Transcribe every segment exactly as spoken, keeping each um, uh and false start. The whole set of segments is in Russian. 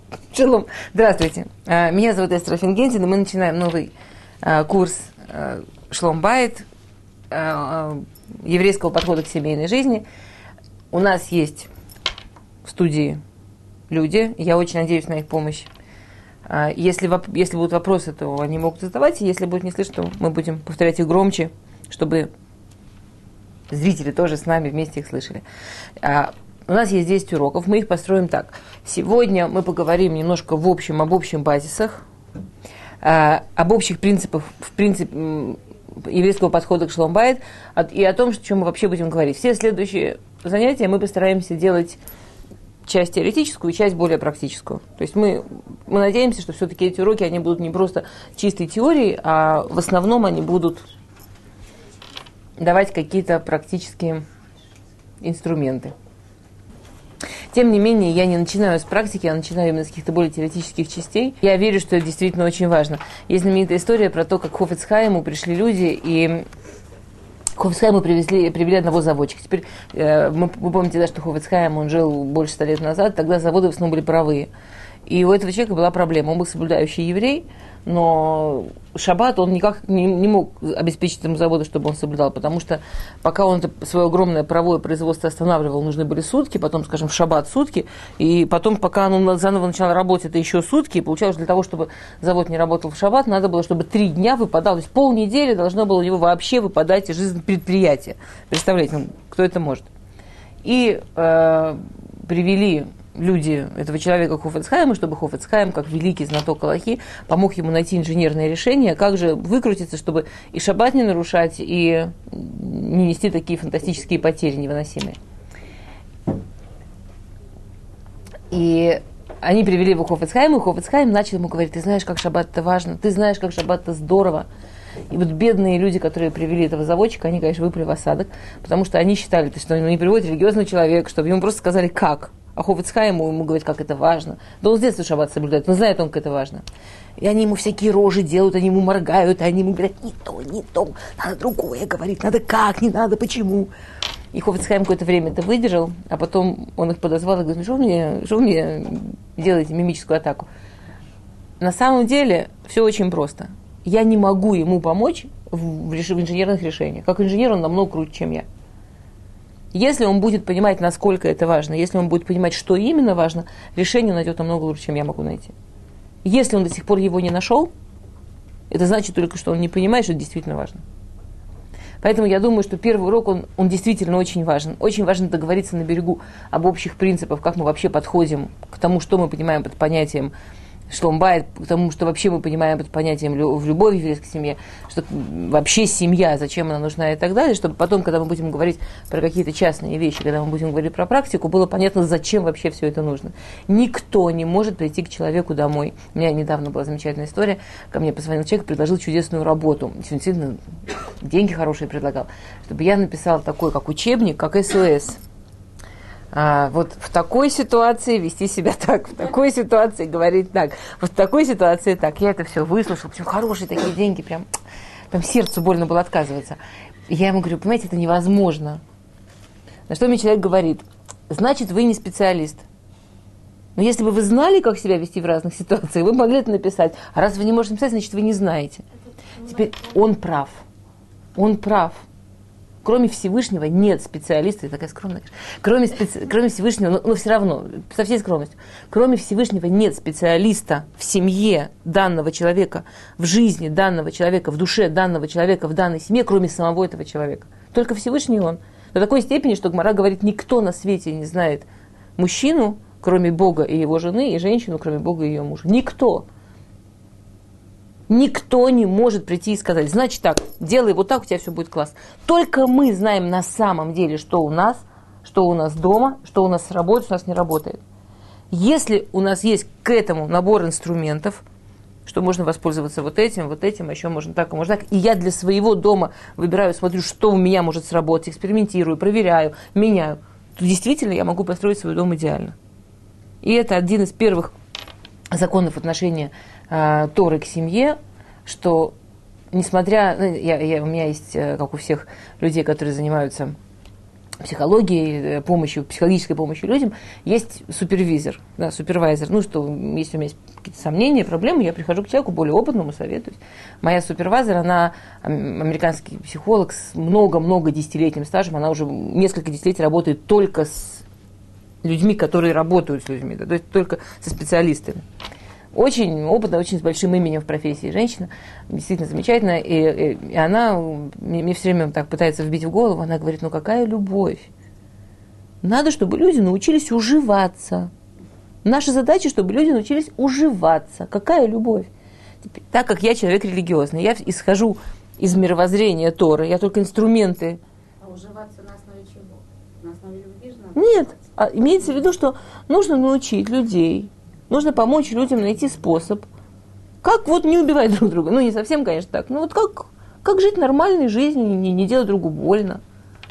Шалом. Здравствуйте. Меня зовут Эстер Фингензин, и мы начинаем новый курс Шлом Байт, еврейского подхода к семейной жизни. У нас есть в студии люди, я очень надеюсь на их помощь. Если, если будут вопросы, то они могут задавать, и если будет не слышно, то мы будем повторять их громче, чтобы зрители тоже с нами вместе их слышали. У нас есть десять уроков, мы их построим так. Сегодня мы поговорим немножко в общем, об общих базисах, об общих принципах, в принципе, еврейского подхода к Шлом Байт и о том, о чем мы вообще будем говорить. Все следующие занятия мы постараемся делать часть теоретическую и часть более практическую. То есть мы, мы надеемся, что все-таки эти уроки, они будут не просто чистой теорией, а в основном они будут давать какие-то практические инструменты. Тем не менее, я не начинаю с практики, я начинаю именно с каких-то более теоретических частей. Я верю, что это действительно очень важно. Есть знаменитая история про то, как к Хофец Хаиму пришли люди, и к Хофец Хаиму привезли, привели одного заводчика. Теперь, э, мы, вы помните, да, что Хофец Хаим, он жил больше ста лет назад, тогда заводы в основном были паровые. И у этого человека была проблема. Он был соблюдающий еврей, но шаббат он никак не, не мог обеспечить ему заводу, чтобы он соблюдал, потому что пока он это свое огромное паровое производство останавливал, нужны были сутки, потом, скажем, в шаббат сутки, и потом, пока он заново начал работать, это еще сутки, и получалось, для того, чтобы завод не работал в шаббат, надо было, чтобы три дня выпадало, то есть полнедели должно было у него вообще выпадать из жизни предприятия. Представляете, кто это может? И э, привели люди этого человека к Хофец Хаиму, чтобы Хофец Хаим, как великий знаток Алахи, помог ему найти инженерное решение, как же выкрутиться, чтобы и шаббат не нарушать, и не нести такие фантастические потери невыносимые. И они привели его к Хофец Хаиму, и Хофец Хаим начал ему говорить: ты знаешь, как шаббат-то важно, ты знаешь, как шаббат-то здорово. И вот бедные люди, которые привели этого заводчика, они, конечно, выпали в осадок, потому что они считали, что ему не приводит религиозный человек, чтобы ему просто сказали «как». А Хофец Хаим ему говорит, как это важно. Да он с детства шаббат соблюдает, но знает он, как это важно. И они ему всякие рожи делают, они ему моргают, они ему говорят: не то, не то, надо другое говорить, надо как, не надо, почему. И Хофец Хаим какое-то время это выдержал, а потом он их подозвал и говорит: что вы мне, что вы мне делаете мимическую атаку? На самом деле все очень просто. Я не могу ему помочь в, в инженерных решениях. Как инженер он намного круче, чем я. Если он будет понимать, насколько это важно, если он будет понимать, что именно важно, решение найдет намного лучше, чем я могу найти. Если он до сих пор его не нашел, это значит только, что он не понимает, что это действительно важно. Поэтому я думаю, что первый урок, он, он действительно очень важен. Очень важно договориться на берегу об общих принципах, как мы вообще подходим к тому, что мы понимаем под понятием Шлом Байт, к тому, что вообще мы понимаем под понятием в любой еврейской семье, что вообще семья, зачем она нужна и так далее, чтобы потом, когда мы будем говорить про какие-то частные вещи, когда мы будем говорить про практику, было понятно, зачем вообще все это нужно. Никто не может прийти к человеку домой. У меня недавно была замечательная история, ко мне позвонил человек, предложил чудесную работу, действительно деньги хорошие предлагал, чтобы я написала такой, как учебник, как эс о эс. А, вот в такой ситуации вести себя так, в такой ситуации говорить так, вот в такой ситуации так. Я это все выслушала, причем хорошие такие деньги, прям, прям сердцу больно было отказываться. И я ему говорю: понимаете, это невозможно. На что мне человек говорит: значит, вы не специалист. Но если бы вы знали, как себя вести в разных ситуациях, вы могли это написать. А раз вы не можете написать, значит, вы не знаете. Теперь он прав. Он прав. Кроме Всевышнего нет специалиста, я такая скромная, кроме, специ... кроме Всевышнего, но, но все равно, со всей скромностью, кроме Всевышнего нет специалиста в семье данного человека, в жизни данного человека, в душе данного человека, в данной семье, кроме самого этого человека. Только Всевышний он. До такой степени, что Гмара говорит, никто на свете не знает мужчину, кроме Бога и его жены, и женщину, кроме Бога и ее мужа. Никто. Никто не может прийти и сказать: значит так, делай вот так, у тебя все будет класс. Только мы знаем на самом деле, что у нас, что у нас дома, что у нас работает, что у нас не работает. Если у нас есть к этому набор инструментов, что можно воспользоваться вот этим, вот этим, а еще можно так, а можно так, и я для своего дома выбираю, смотрю, что у меня может сработать, экспериментирую, проверяю, меняю, то действительно я могу построить свой дом идеально. И это один из первых законов отношения э, Торы к семье, что несмотря, ну, я, я, у меня есть, как у всех людей, которые занимаются психологии, помощи, психологической помощи людям, есть супервизор, да, супервайзер. Ну, что, если у меня есть какие-то сомнения, проблемы, я прихожу к человеку более опытному, советуюсь. Моя супервайзер, она американский психолог с много-много десятилетним стажем, она уже несколько десятилетий работает только с людьми, которые работают с людьми, да, то есть только со специалистами. Очень опытная, очень с большим именем в профессии женщина, действительно замечательная, и, и, и она мне, мне все время так пытается вбить в голову, она говорит, ну какая любовь? Надо, чтобы люди научились уживаться. Наша задача, чтобы люди научились уживаться. Какая любовь? Теперь, так как я человек религиозный, я исхожу из мировоззрения Торы, я только инструменты. А уживаться на основе чего? На основе любви же надо? Нет, а имеется в виду, что нужно научить людей. Нужно помочь людям найти способ, как вот не убивать друг друга. Ну, не совсем, конечно, так. Но вот как, как жить нормальной жизнью, не, не делать другу больно.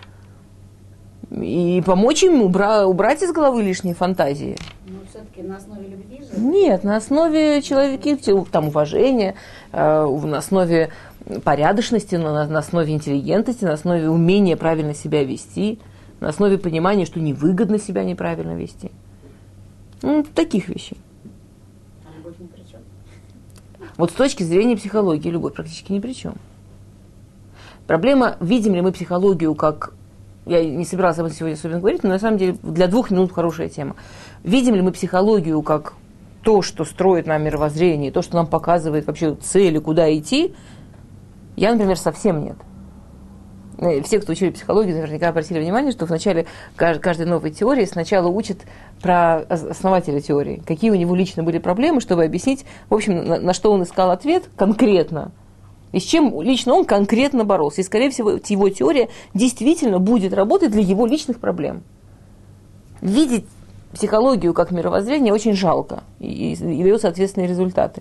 И помочь им убра- убрать из головы лишние фантазии. Но все-таки на основе любви же? Нет, на основе человека, там, уважения, э, на основе порядочности, на, на основе интеллигентности, на основе умения правильно себя вести, на основе понимания, что невыгодно себя неправильно вести. Ну, таких вещей. Ни при чем. Вот с точки зрения психологии любовь практически ни при чем. Проблема, видим ли мы психологию как... Я не собиралась об этом сегодня особенно говорить, но на самом деле для двух минут хорошая тема. Видим ли мы психологию как то, что строит нам мировоззрение, то, что нам показывает вообще цели, куда идти? Я, например, совсем нет. Все, кто учили психологию, наверняка обратили внимание, что в начале каждой новой теории сначала учат про основателя теории, какие у него лично были проблемы, чтобы объяснить, в общем, на, на что он искал ответ конкретно, и с чем лично он конкретно боролся. И, скорее всего, его теория действительно будет работать для его личных проблем. Видеть психологию как мировоззрение очень жалко и, и, и дает соответственные результаты.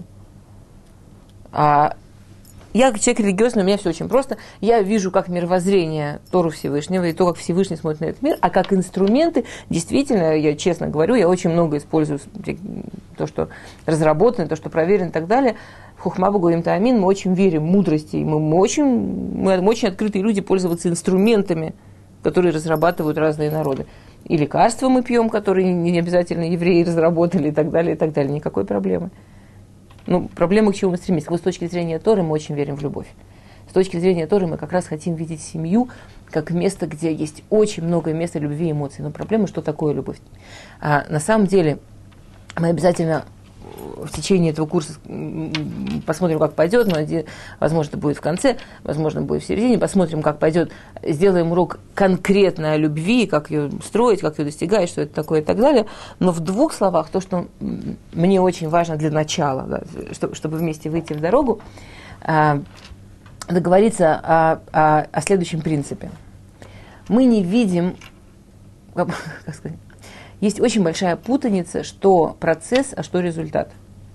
А я, как человек религиозный, у меня все очень просто. Я вижу как мировоззрение Тору Всевышнего и то, как Всевышний смотрит на этот мир, а как инструменты, действительно, я честно говорю, я очень много использую то, что разработано, то, что проверено и так далее. В Хухма Багоим Таамин мы очень верим в мудрости, мы, мы, очень, мы очень открытые люди пользоваться инструментами, которые разрабатывают разные народы. И лекарства мы пьем, которые не обязательно евреи разработали и так далее, и так далее. Никакой проблемы. Ну, проблема, к чему мы стремимся. Вот с точки зрения Торы мы очень верим в любовь. С точки зрения Торы мы как раз хотим видеть семью как место, где есть очень много места любви и эмоций. Но проблема, что такое любовь? А на самом деле мы обязательно в течение этого курса посмотрим, как пойдет, но, возможно, это будет в конце, возможно, будет в середине, посмотрим, как пойдет, сделаем урок конкретно о любви, как ее строить, как ее достигать, что это такое и так далее. Но в двух словах, то, что мне очень важно для начала, да, чтобы вместе выйти в дорогу, договориться о, о, о следующем принципе. Мы не видим, как сказать, есть очень большая путаница, что процесс, а что результат.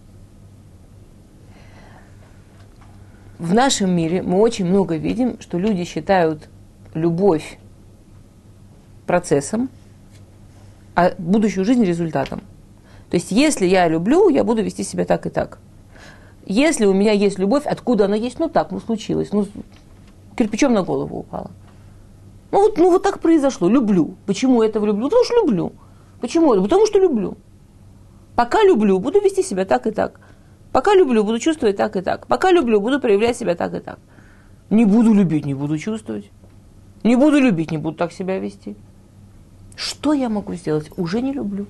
В нашем мире мы очень много видим, что люди считают любовь процессом, а будущую жизнь результатом. То есть, если я люблю, я буду вести себя так и так. Если у меня есть любовь, откуда она есть? Ну так, ну случилось, ну кирпичом на голову упала. Ну вот, ну вот так произошло, люблю. Почему я этого люблю? Потому что люблю. Почему это? Потому что люблю. Пока люблю, буду вести себя так и так. Пока люблю, буду чувствовать так и так. Пока люблю, буду проявлять себя так и так. Не буду любить, не буду чувствовать. Не буду любить, не буду так себя вести. Что я могу сделать? Уже не люблю.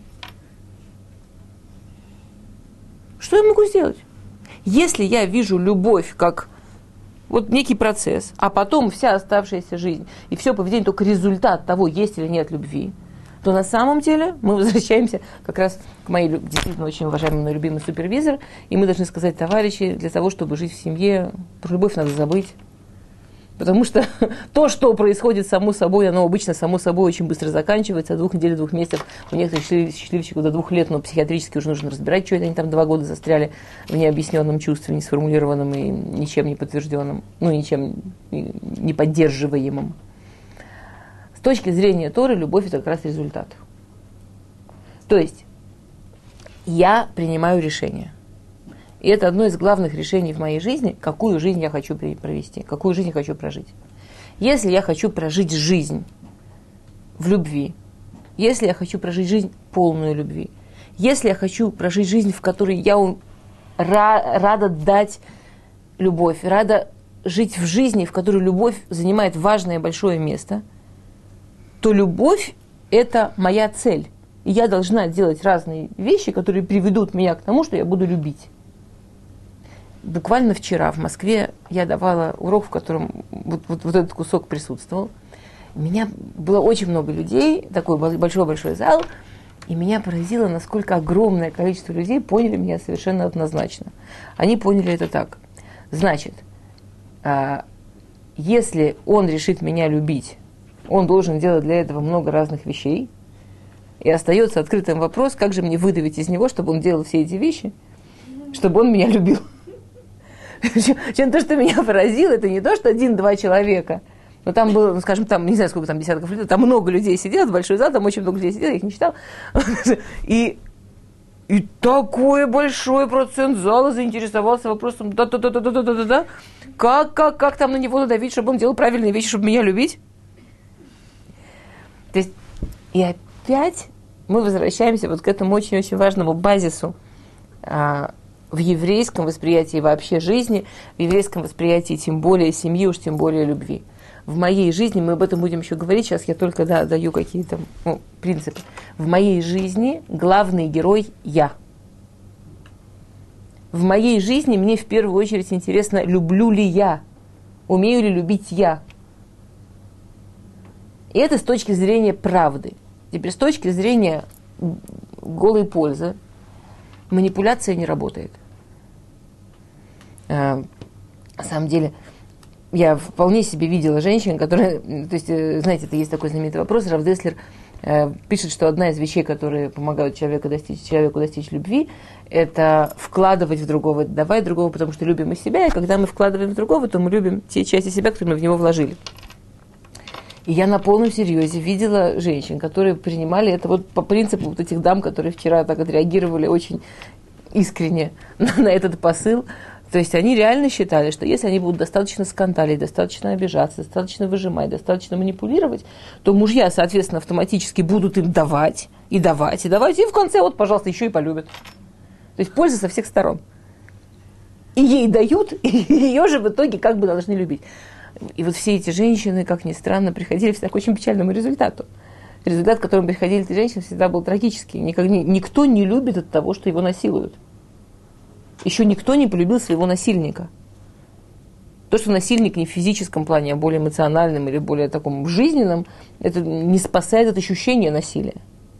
Что я могу сделать? Если я вижу любовь как вот некий процесс, а потом вся оставшаяся жизнь и все поведение только результат того, есть или нет любви, то на самом деле мы возвращаемся как раз к моей действительно очень уважаемой, любимой супервизор, и мы должны сказать, товарищи, для того, чтобы жить в семье, про любовь надо забыть. Потому что то, что происходит само собой, оно обычно само собой очень быстро заканчивается, от двух недель, двух месяцев, у некоторых счастливчиков до двух лет, но психиатрически уже нужно разбирать, что это они там два года застряли в необъясненном чувстве, не сформулированном и ничем не подтвержденном, ну, ничем не поддерживаемом. С точки зрения Торы, любовь – это как раз результат. То есть, я принимаю решение. И это одно из главных решений в моей жизни, какую жизнь я хочу провести, какую жизнь я хочу прожить. Если я хочу прожить жизнь в любви, если я хочу прожить жизнь полную любви, если я хочу прожить жизнь, в которой я ра- рада дать любовь, рада жить в жизни, в которой любовь занимает важное большое место, то любовь – это моя цель. И я должна делать разные вещи, которые приведут меня к тому, что я буду любить. Буквально вчера в Москве я давала урок, в котором вот, вот, вот этот кусок присутствовал. У меня было очень много людей, такой большой-большой зал, и меня поразило, насколько огромное количество людей поняли меня совершенно однозначно. Они поняли это так. Значит, если он решит меня любить, он должен делать для этого много разных вещей, и остается открытым вопрос, как же мне выдавить из него, чтобы он делал все эти вещи, чтобы он меня любил. Причем то, что меня поразило, это не то, что один-два человека. Но там было, ну, скажем, там, не знаю, сколько там десятков людей, там много людей сидело, большой зал, там очень много людей сидело, я их не читала. И, и такой большой процент зала заинтересовался вопросом, да-да-да-да-да-да-да, как, как, как там на него надавить, чтобы он делал правильные вещи, чтобы меня любить. То есть, и опять мы возвращаемся вот к этому очень-очень важному базису а, в еврейском восприятии вообще жизни, в еврейском восприятии тем более семьи, уж тем более любви. В моей жизни, мы об этом будем еще говорить, сейчас я только да, даю какие-то ну, принципы. В моей жизни главный герой – я. В моей жизни мне в первую очередь интересно, люблю ли я, умею ли любить я. И это с точки зрения правды. Теперь с точки зрения голой пользы манипуляция не работает. На самом деле, я вполне себе видела женщин, которые... То есть, знаете, это есть такой знаменитый вопрос. Рав Деслер э, пишет, что одна из вещей, которые помогают человеку достичь, человеку достичь любви, это вкладывать в другого, давать другого, потому что любим и себя, и когда мы вкладываем в другого, то мы любим те части себя, которые мы в него вложили. И я на полном серьезе видела женщин, которые принимали это вот по принципу вот этих дам, которые вчера так отреагировали очень искренне на, на этот посыл. То есть они реально считали, что если они будут достаточно скандалить, достаточно обижаться, достаточно выжимать, достаточно манипулировать, то мужья, соответственно, автоматически будут им давать, и давать, и давать, и в конце вот, пожалуйста, еще и полюбят. То есть польза со всех сторон. И ей дают, и ее же в итоге как бы должны любить. И вот все эти женщины, как ни странно, приходили всегда к очень печальному результату. Результат, к которому приходили эти женщины, всегда был трагический. Никто не любит от того, что его насилуют. Еще никто не полюбил своего насильника. То, что насильник не в физическом плане, а более эмоциональном или более таком жизненном, это не спасает от ощущения насилия.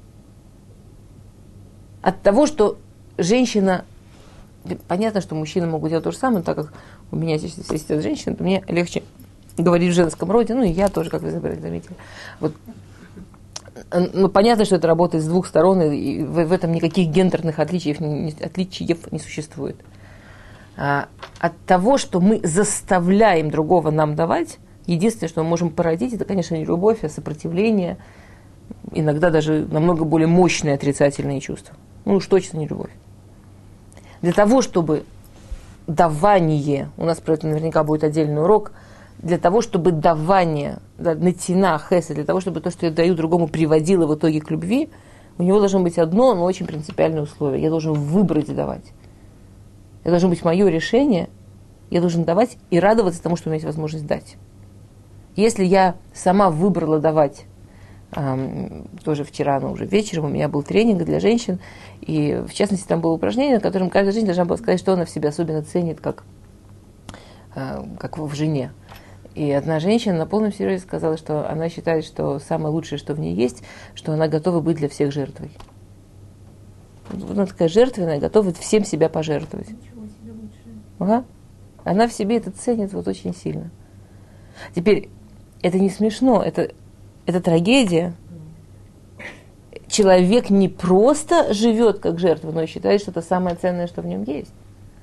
От того, что женщина... Понятно, что мужчины могут делать то же самое, так как у меня здесь сидят женщины, то мне легче говорить в женском роде, ну и я тоже, как вы заметили. Вот. Ну, понятно, что это работает с двух сторон, и в, в этом никаких гендерных отличий не, отличий не существует. А, от того, что мы заставляем другого нам давать, единственное, что мы можем породить, это, конечно, не любовь, а сопротивление, иногда даже намного более мощные отрицательные чувства. Ну уж точно не любовь. Для того, чтобы давание, у нас про это наверняка будет отдельный урок, для того, чтобы давание, да, натина, хеса, для того, чтобы то, что я даю другому, приводило в итоге к любви, у него должно быть одно, но очень принципиальное условие. Я должен выбрать давать. Это должно быть мое решение, я должен давать и радоваться тому, что у меня есть возможность дать. Если я сама выбрала давать, эм, тоже вчера, но уже вечером у меня был тренинг для женщин, и в частности там было упражнение, на котором каждая женщина должна была сказать, что она в себе особенно ценит, как, э, как в жене. И одна женщина на полном серьезе сказала, что она считает, что самое лучшее, что в ней есть, что она готова быть для всех жертвой. Она такая жертвенная, готова всем себя пожертвовать. Ничего себе лучшее. Ага. Она в себе это ценит вот очень сильно. Теперь, это не смешно, это, это трагедия. Человек не просто живет как жертва, но и считает, что это самое ценное, что в нем есть.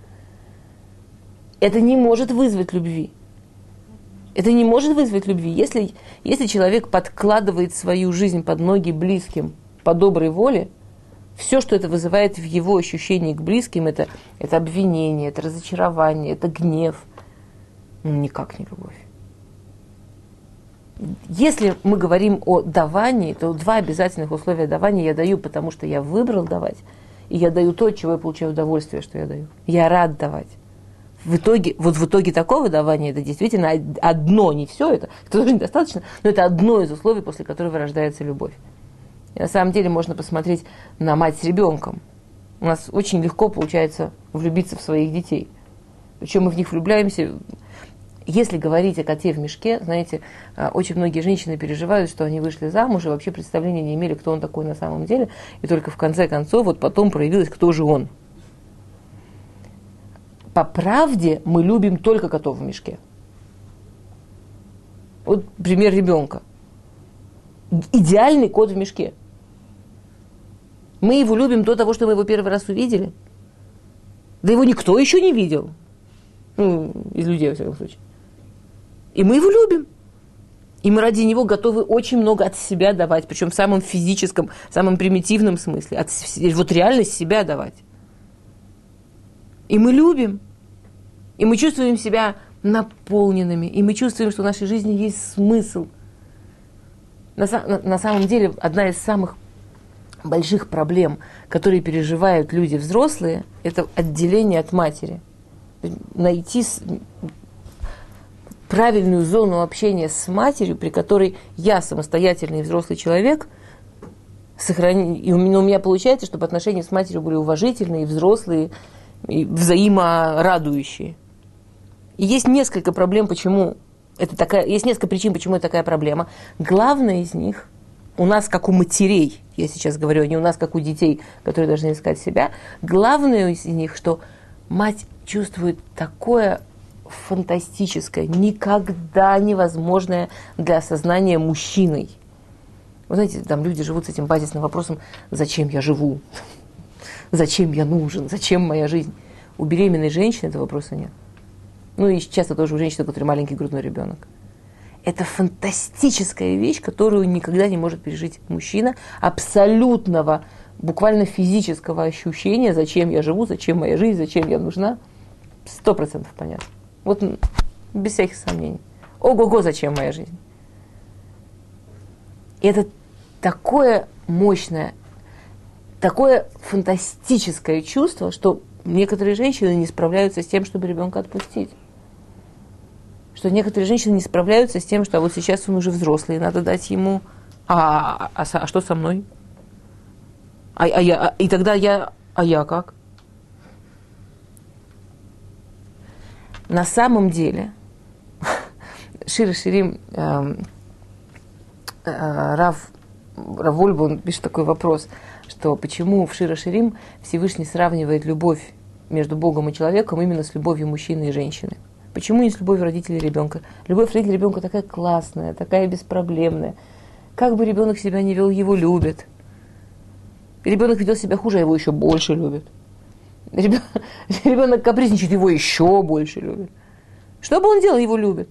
Это не может вызвать любви. Это не может вызвать любви. Если, если человек подкладывает свою жизнь под ноги близким по доброй воле, все, что это вызывает в его ощущении к близким, это, это обвинение, это разочарование, это гнев. Ну, никак не любовь. Если мы говорим о давании, то два обязательных условия давания я даю, потому что я выбрал давать, и я даю то, от чего я получаю удовольствие, что я даю. Я рад давать. В итоге, вот в итоге такого давания, это действительно одно, не все это, это тоже недостаточно, но это одно из условий, после которого рождается любовь. И на самом деле можно посмотреть на мать с ребенком. У нас очень легко получается влюбиться в своих детей. Причем мы в них влюбляемся. Если говорить о коте в мешке, знаете, очень многие женщины переживают, что они вышли замуж и вообще представления не имели, кто он такой на самом деле. И только в конце концов вот потом проявилось, кто же он. По правде мы любим только котов в мешке. Вот пример ребенка. Идеальный кот в мешке. Мы его любим до того, что мы его первый раз увидели. Да его никто еще не видел. Ну, из людей, во всяком случае. И мы его любим. И мы ради него готовы очень много от себя давать. Причем в самом физическом, самом примитивном смысле. От, вот реально себя давать. И мы любим. И мы чувствуем себя наполненными. И мы чувствуем, что в нашей жизни есть смысл. На, на, на самом деле, одна из самых больших проблем, которые переживают люди взрослые, это отделение от матери. Найти правильную зону общения с матерью, при которой я самостоятельный взрослый человек, сохрани... и у меня, у меня получается, чтобы отношения с матерью были уважительные, взрослые, и взаиморадующие. И есть несколько проблем, почему это такая, есть несколько причин, почему это такая проблема. Главная из них, у нас как у матерей, я сейчас говорю, не у нас как у детей, которые должны искать себя, главное из них, что мать чувствует такое фантастическое, никогда невозможное для осознания мужчиной. Вы знаете, там люди живут с этим базисным вопросом, зачем я живу, зачем я нужен, зачем моя жизнь. У беременной женщины этого вопроса нет. Ну и часто тоже у женщины, у которой маленький грудной ребенок. Это фантастическая вещь, которую никогда не может пережить мужчина, абсолютного, буквально физического ощущения, зачем я живу, зачем моя жизнь, зачем я нужна. Сто процентов понятно. Вот без всяких сомнений. Ого-го, зачем моя жизнь? И это такое мощное, такое фантастическое чувство, что некоторые женщины не справляются с тем, чтобы ребенка отпустить. Что некоторые женщины не справляются с тем, что а вот сейчас он уже взрослый, надо дать ему, а, а, а, а что со мной? А, а я, а, и тогда я, а я как? На самом деле, Шир HaShirim, э, э, Рав, Рав Вольба, он пишет такой вопрос, что почему в Шир HaShirim Всевышний сравнивает любовь между Богом и человеком именно с любовью мужчины и женщины. Почему не с любовью родителей и ребенка? Любовь родителей и ребенка такая классная, такая беспроблемная. Как бы ребенок себя не вел, его любят. Ребенок ведет себя хуже, а его еще больше любят. Ребенок капризничает, его еще больше любят. Что бы он делал, его любят.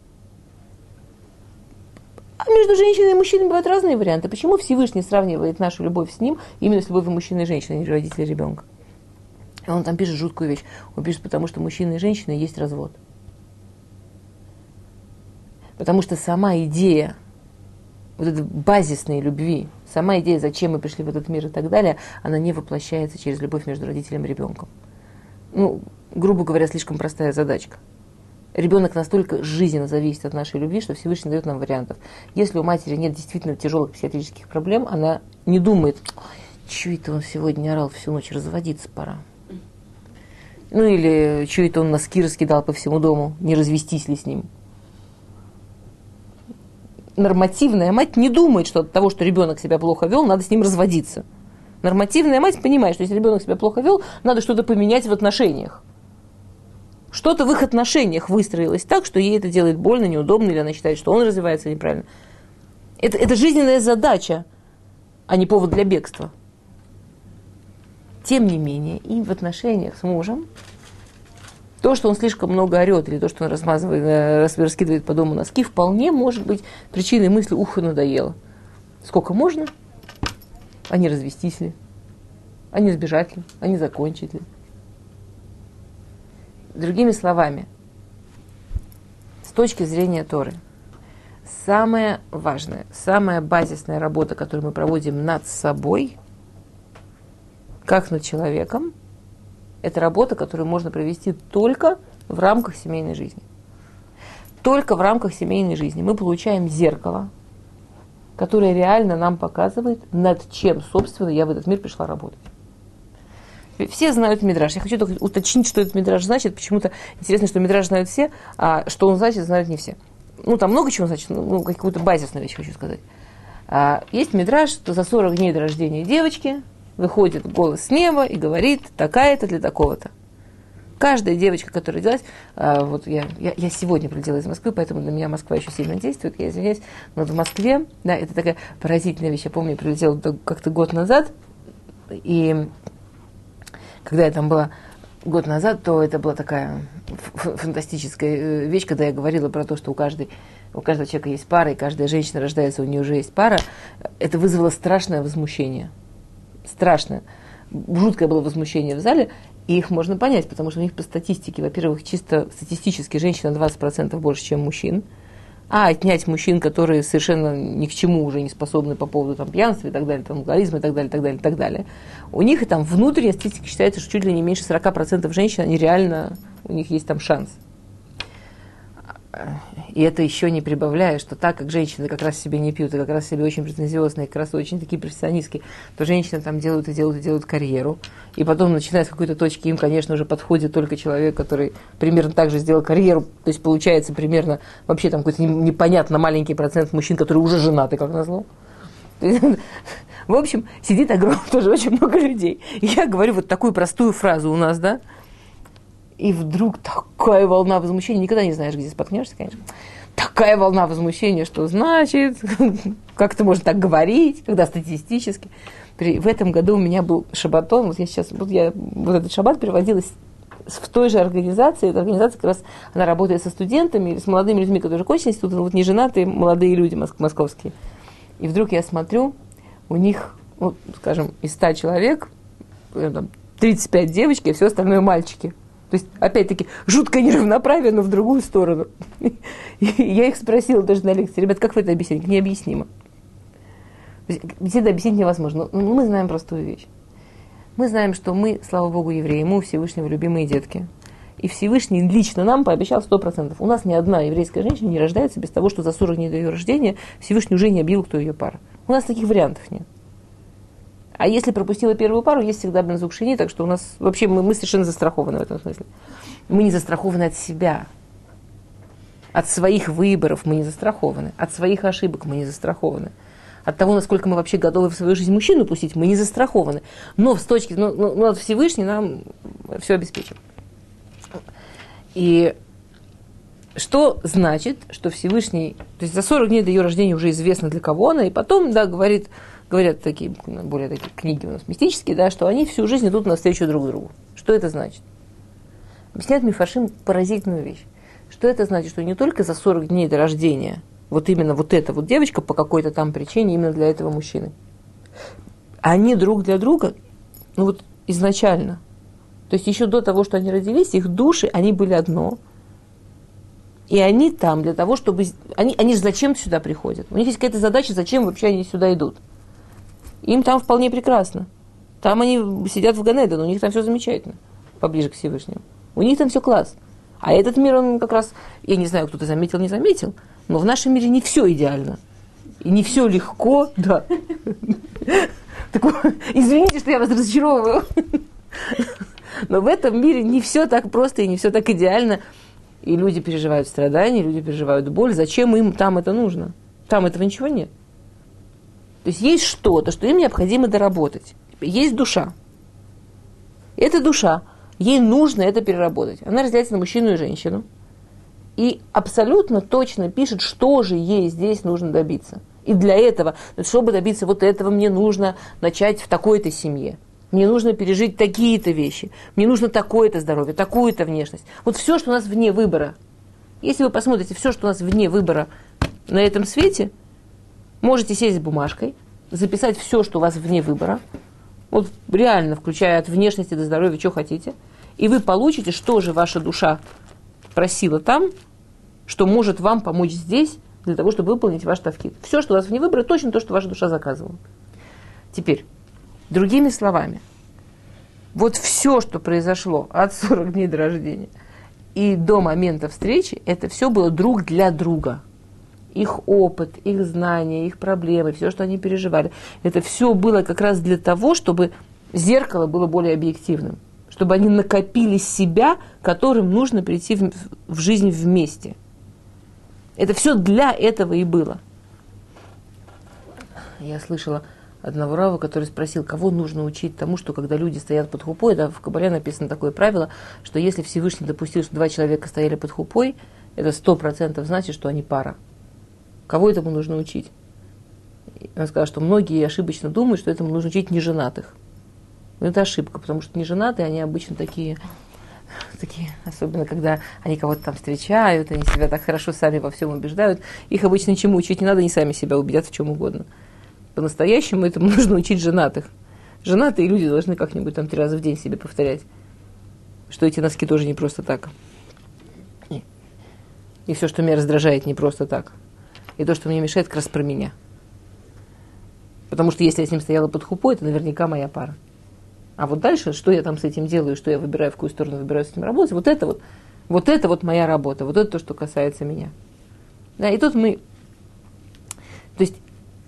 А между женщиной и мужчиной бывают разные варианты. Почему Всевышний сравнивает нашу любовь с ним именно с любовью мужчины и женщины, а не родителей и ребенка? И он там пишет жуткую вещь. Он пишет, потому что мужчина и женщина есть развод. Потому что сама идея вот этой базисной любви, сама идея, зачем мы пришли в этот мир и так далее, она не воплощается через любовь между родителем и ребенком. Ну, грубо говоря, слишком простая задачка. Ребенок настолько жизненно зависит от нашей любви, что Всевышний дает нам вариантов. Если у матери нет действительно тяжелых психиатрических проблем, она не думает, чё это он сегодня орал всю ночь, разводиться пора. Ну или чё это он носки раскидал по всему дому, не развестись ли с ним. Нормативная мать не думает, что от того, что ребенок себя плохо вел, надо с ним разводиться. Нормативная мать понимает, что если ребенок себя плохо вел, надо что-то поменять в отношениях. Что-то в их отношениях выстроилось так, что ей это делает больно, неудобно, или она считает, что он развивается неправильно. Это, это жизненная задача, а не повод для бегства. Тем не менее, и в отношениях с мужем то, что он слишком много орет, или то, что он размазывает, раскидывает по дому носки, вполне может быть причиной мысли, ух, надоело. Сколько можно? А не развестись ли? А не сбежать ли? А не закончить ли? Другими словами, с точки зрения Торы, самая важная, самая базисная работа, которую мы проводим над собой, как над человеком, это работа, которую можно провести только в рамках семейной жизни. Только в рамках семейной жизни мы получаем зеркало, которое реально нам показывает, над чем, собственно, я в этот мир пришла работать. Все знают мидраш. Я хочу только уточнить, что этот мидраш значит. Почему-то интересно, что мидраш знают все, а что он значит, знают не все. Ну, там много чего значит, ну, какую-то базисную вещь хочу сказать. А, есть мидраш, что за сорок дней до рождения девочки выходит голос с неба и говорит, такая-то для такого-то. Каждая девочка, которая родилась, а, вот я, я, я сегодня прилетела из Москвы, поэтому на меня Москва еще сильно действует, я извиняюсь, но в Москве, да, это такая поразительная вещь. Я помню, я прилетела как-то год назад, и когда я там была год назад, то это была такая фантастическая вещь, когда я говорила про то, что у каждой, у каждого человека есть пара, и каждая женщина рождается, у нее уже есть пара. Это вызвало страшное возмущение. Страшное. Жуткое было возмущение в зале, и их можно понять, потому что у них по статистике, во-первых, чисто статистически женщина двадцать процентов больше, чем мужчин. А отнять мужчин, которые совершенно ни к чему уже не способны по поводу там, пьянства и так далее, там, алкоголизма и так далее, так далее, так далее. У них и там внутренняя статистика считается, что чуть ли не меньше сорок процентов женщин, они реально, у них есть там шанс. И это еще не прибавляя, что так как женщины как раз себе не пьют, и как раз себе очень претензиозные, как раз очень такие профессионистки, то женщины там делают и делают и делают карьеру. И потом, начиная с какой-то точки, им, конечно, уже подходит только человек, который примерно так же сделал карьеру. То есть получается примерно вообще там какой-то непонятно маленький процент мужчин, которые уже женаты, как назло. В общем, сидит огромное тоже очень много людей. И я говорю вот такую простую фразу у нас, да, и вдруг такая волна возмущения, никогда не знаешь, где споткнешься, конечно. Такая волна возмущения, что значит, как это можно так говорить, когда статистически. При, в этом году у меня был шаббатон, вот я сейчас, вот я вот этот шаббат переводила в той же организации, эта организация как раз, она работает со студентами, с молодыми людьми, которые кончили институт, вот не женатые, молодые люди моск- московские. И вдруг я смотрю, у них, вот, скажем, из ста человек, там, тридцать пять девочки, а все остальное мальчики. То есть, опять-таки, жуткое неравноправие, но в другую сторону. И я их спросила даже на лекции, ребят, как вы это объясните? Необъяснимо. Ведь это объяснить невозможно. Но мы знаем простую вещь. Мы знаем, что мы, слава Богу, евреи, мы у Всевышнего любимые детки. И Всевышний лично нам пообещал сто процентов. У нас ни одна еврейская женщина не рождается без того, что за сорок дней до ее рождения Всевышний уже не объявил, кто ее пара. У нас таких вариантов нет. А если пропустила первую пару, есть всегда бензук шини, так что у нас вообще мы, мы совершенно застрахованы в этом смысле. Мы не застрахованы от себя. От своих выборов мы не застрахованы. От своих ошибок мы не застрахованы. От того, насколько мы вообще готовы в свою жизнь мужчину пустить, мы не застрахованы. Но с точки, ну, ну, Всевышний нам все обеспечил. И что значит, что Всевышний, то есть за сорок дней до ее рождения уже известно для кого она, и потом, да, говорит, говорят такие, более такие книги у нас мистические, да, что они всю жизнь идут навстречу друг другу. Что это значит? Объясняет Мифашим поразительную вещь. Что это значит? Что не только за сорок дней до рождения вот именно вот эта вот девочка по какой-то там причине именно для этого мужчины. Они друг для друга, ну вот изначально. То есть еще до того, что они родились, их души, они были одно. И они там для того, чтобы... Они, они же зачем сюда приходят? У них есть какая-то задача, зачем вообще они сюда идут. Им там вполне прекрасно. Там они сидят в Ганеден, у них там все замечательно, поближе к Всевышнему. У них там все класс. А этот мир, он как раз, я не знаю, кто-то заметил, не заметил, но в нашем мире не все идеально. И не все легко, да. Извините, что я вас разочаровываю. Но в этом мире не все так просто и не все так идеально. И люди переживают страдания, люди переживают боль. Зачем им там это нужно? Там этого ничего нет. То есть есть что-то, что им необходимо доработать. Есть душа. Эта душа, ей нужно это переработать. Она разделяется на мужчину и женщину. И абсолютно точно пишет, что же ей здесь нужно добиться. И для этого, чтобы добиться вот этого, мне нужно начать в такой-то семье. Мне нужно пережить такие-то вещи. Мне нужно такое-то здоровье, такую-то внешность. Вот все, что у нас вне выбора. Если вы посмотрите все, что у нас вне выбора на этом свете, можете сесть с бумажкой, записать все, что у вас вне выбора. Вот реально, включая от внешности до здоровья, что хотите. И вы получите, что же ваша душа просила там, что может вам помочь здесь для того, чтобы выполнить ваш тавкид. Все, что у вас в невыборе, точно то, что ваша душа заказывала. Теперь, другими словами, вот все, что произошло от сорок дней до рождения и до момента встречи, это все было друг для друга. Их опыт, их знания, их проблемы, все, что они переживали, это все было как раз для того, чтобы зеркало было более объективным, чтобы они накопили себя, которым нужно прийти в, в жизнь вместе. Это все для этого и было. Я слышала одного рава, который спросил, кого нужно учить тому, что когда люди стоят под хупой, да, в Кабале написано такое правило, что если Всевышний допустил, что два человека стояли под хупой, это сто процентов значит, что они пара. Кого этому нужно учить? Он сказал, что многие ошибочно думают, что этому нужно учить неженатых. Но это ошибка, потому что неженатые, они обычно такие, такие, особенно когда они кого-то там встречают, они себя так хорошо сами во всем убеждают, их обычно ничему учить не надо, они сами себя убедят в чем угодно. По-настоящему этому нужно учить женатых. Женатые люди должны как-нибудь там три раза в день себе повторять, что эти носки тоже не просто так. И, и все, что меня раздражает, не просто так. И то, что мне мешает, как раз про меня. Потому что если я с ним стояла под хупой, это наверняка моя пара. А вот дальше, что я там с этим делаю, что я выбираю, в какую сторону выбираю с этим работать, вот это вот, вот это вот моя работа, вот это то, что касается меня. Да, и тут мы, то есть,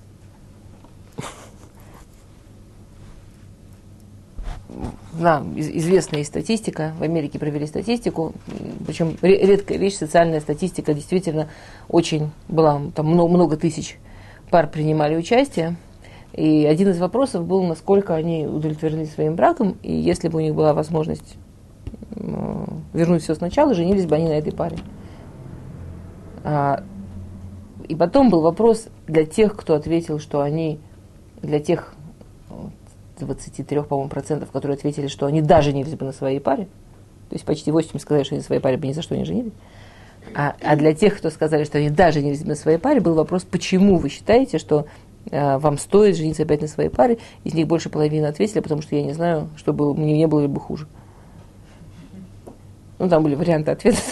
да, известная есть статистика, в Америке провели статистику, причем редкая вещь, социальная статистика, действительно очень была, там много, много тысяч пар принимали участие, и один из вопросов был, насколько они удовлетворены своим браком, и если бы у них была возможность вернуть все сначала, женились бы они на этой паре. И потом был вопрос для тех, кто ответил, что они, для тех двадцать три, по-моему, процентов, которые ответили, что они даже женились бы на своей паре, то есть почти восемьдесят сказали, что они на своей паре бы ни за что не женились, а, а для тех, кто сказали, что они даже женились бы на своей паре, был вопрос, почему вы считаете, что а, вам стоит жениться опять на своей паре, из них больше половины ответили, потому что я не знаю, что было, мне не было ли бы хуже. Ну, там были варианты ответов.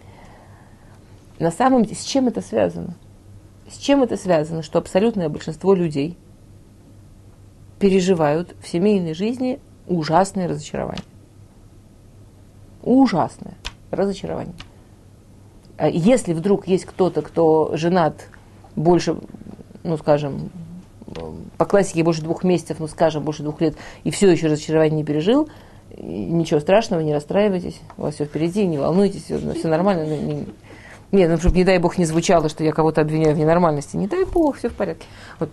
На самом деле, с чем это связано? С чем это связано, что абсолютное большинство людей переживают в семейной жизни ужасное разочарование. Ужасное разочарование. Если вдруг есть кто-то, кто женат больше, ну, скажем, по классике больше двух месяцев, ну, скажем, больше двух лет, и все еще разочарование не пережил, ничего страшного, не расстраивайтесь, у вас все впереди, не волнуйтесь, все, все нормально. Не, нет, ну, чтобы, не дай бог, не звучало, что я кого-то обвиняю в ненормальности. Не дай бог, все в порядке. Вот.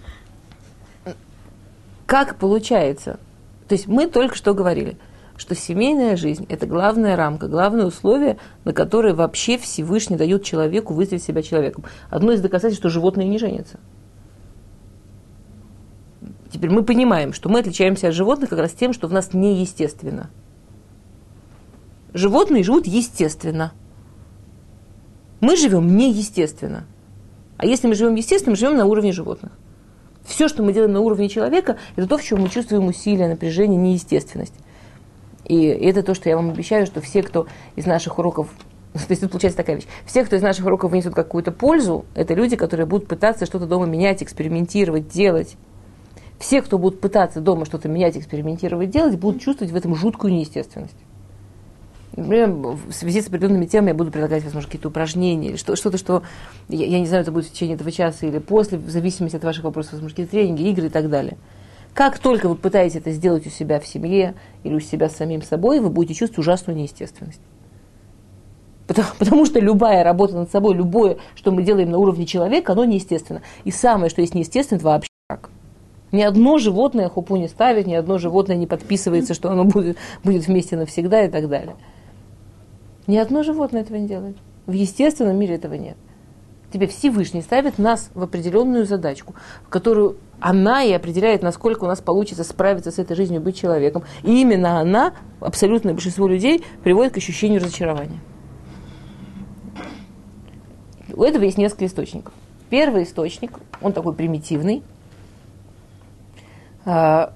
Как получается? То есть мы только что говорили, что семейная жизнь – это главная рамка, главное условие, на которое вообще Всевышний дает человеку выставить себя человеком. Одно из доказательств, что животные не женятся. Теперь мы понимаем, что мы отличаемся от животных как раз тем, что в нас неестественно. Животные живут естественно. Мы живем неестественно. А если мы живем естественно, мы живем на уровне животных. Все, что мы делаем на уровне человека, это то, в чем мы чувствуем усилие, напряжение, неестественность. И это то, что я вам обещаю, что все, кто из наших уроков, то есть тут получается такая вещь, все, кто из наших уроков вынесут какую-то пользу, это люди, которые будут пытаться что-то дома менять, экспериментировать, делать. Все, кто будут пытаться дома что-то менять, экспериментировать, делать, будут чувствовать в этом жуткую неестественность. Например, в связи с определенными темами я буду предлагать, возможно, какие-то упражнения, или что, что-то, что, я, я не знаю, это будет в течение этого часа или после, в зависимости от ваших вопросов, возможно, какие-то тренинги, игры и так далее. Как только вы пытаетесь это сделать у себя в семье или у себя с самим собой, вы будете чувствовать ужасную неестественность. Потому, потому что любая работа над собой, любое, что мы делаем на уровне человека, оно неестественно. И самое, что есть неестественно, это вообще так. Ни одно животное хупу не ставит, ни одно животное не подписывается, что оно будет, будет вместе навсегда и так далее. Ни одно животное этого не делает. В естественном мире этого нет. Тебе Всевышний ставит нас в определенную задачку, в которую она и определяет, насколько у нас получится справиться с этой жизнью, быть человеком. И именно она, абсолютное большинство людей, приводит к ощущению разочарования. У этого есть несколько источников. Первый источник, он такой примитивный, что,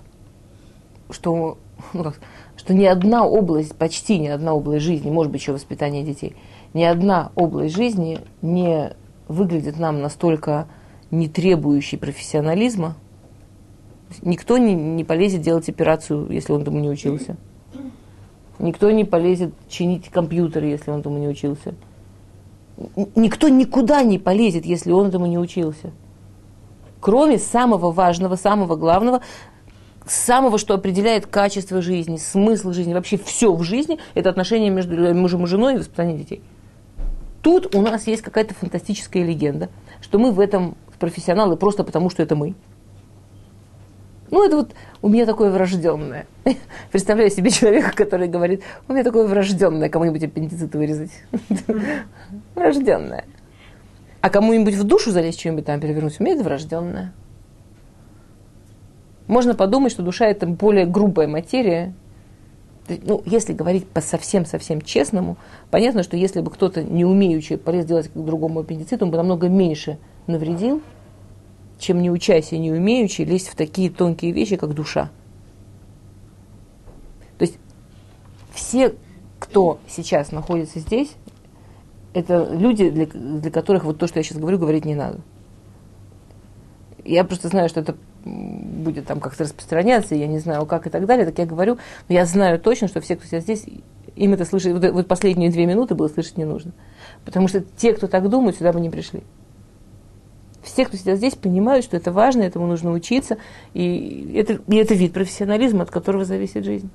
ну как, что ни одна область, почти ни одна область жизни, может быть, еще воспитание детей, ни одна область жизни не выглядит нам настолько не требующий профессионализма. Никто не, не полезет делать операцию, если он этому не учился. Никто не полезет чинить компьютер, если он этому не учился. Никто никуда не полезет, если он этому не учился. Кроме самого важного, самого главного, самого, что определяет качество жизни, смысл жизни, вообще все в жизни, это отношения между мужем и женой и воспитание детей. Тут у нас есть какая-то фантастическая легенда, что мы в этом профессионалы просто потому, что это мы. Ну, это вот у меня такое врожденное. Представляю себе человека, который говорит, у меня такое врожденное, кому-нибудь аппендицит вырезать. Врожденное. А кому-нибудь в душу залезть, что-нибудь там перевернуть, у меня это врожденное. Можно подумать, что душа – это более грубая материя. Ну, если говорить по совсем-совсем честному, понятно, что если бы кто-то не умеючи полез делать к другому аппендицит, он бы намного меньше навредил, чем не учась и не умеючи лезть в такие тонкие вещи, как душа. То есть все, кто сейчас находится здесь, это люди, для, для которых вот то, что я сейчас говорю, говорить не надо. Я просто знаю, что это будет там как-то распространяться, я не знаю, как и так далее, так я говорю, но я знаю точно, что все, кто сейчас здесь, им это слышать, вот, вот последние две минуты было слышать не нужно. Потому что те, кто так думают, сюда бы не пришли. Все, кто сидят здесь, понимают, что это важно, этому нужно учиться, и это, и это вид профессионализма, от которого зависит жизнь.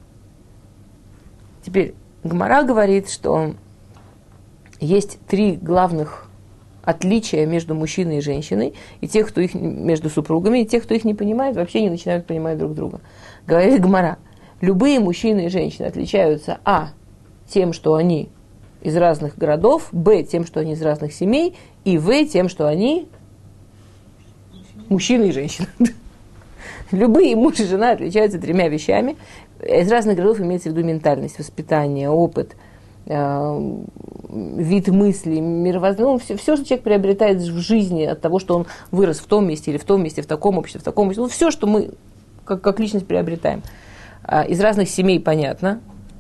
Теперь Гемара говорит, что есть три главных отличия между мужчиной и женщиной, и тех, кто их между супругами, и тех, кто их не понимает, вообще не начинают понимать друг друга. Говорит Гемара, любые мужчины и женщины отличаются а. тем, что они из разных городов, б. тем, что они из разных семей, и в. тем, что они мужчины и женщины. Любые муж и жена отличаются тремя вещами. Из разных городов имеется в виду ментальность, воспитание, опыт, э, вид мыслей, мировоззрение. Ну, все, все, что человек приобретает в жизни от того, что он вырос в том месте или в том месте, в таком обществе, в таком обществе. Ну, все, что мы как, как личность приобретаем. А из разных семей понятно.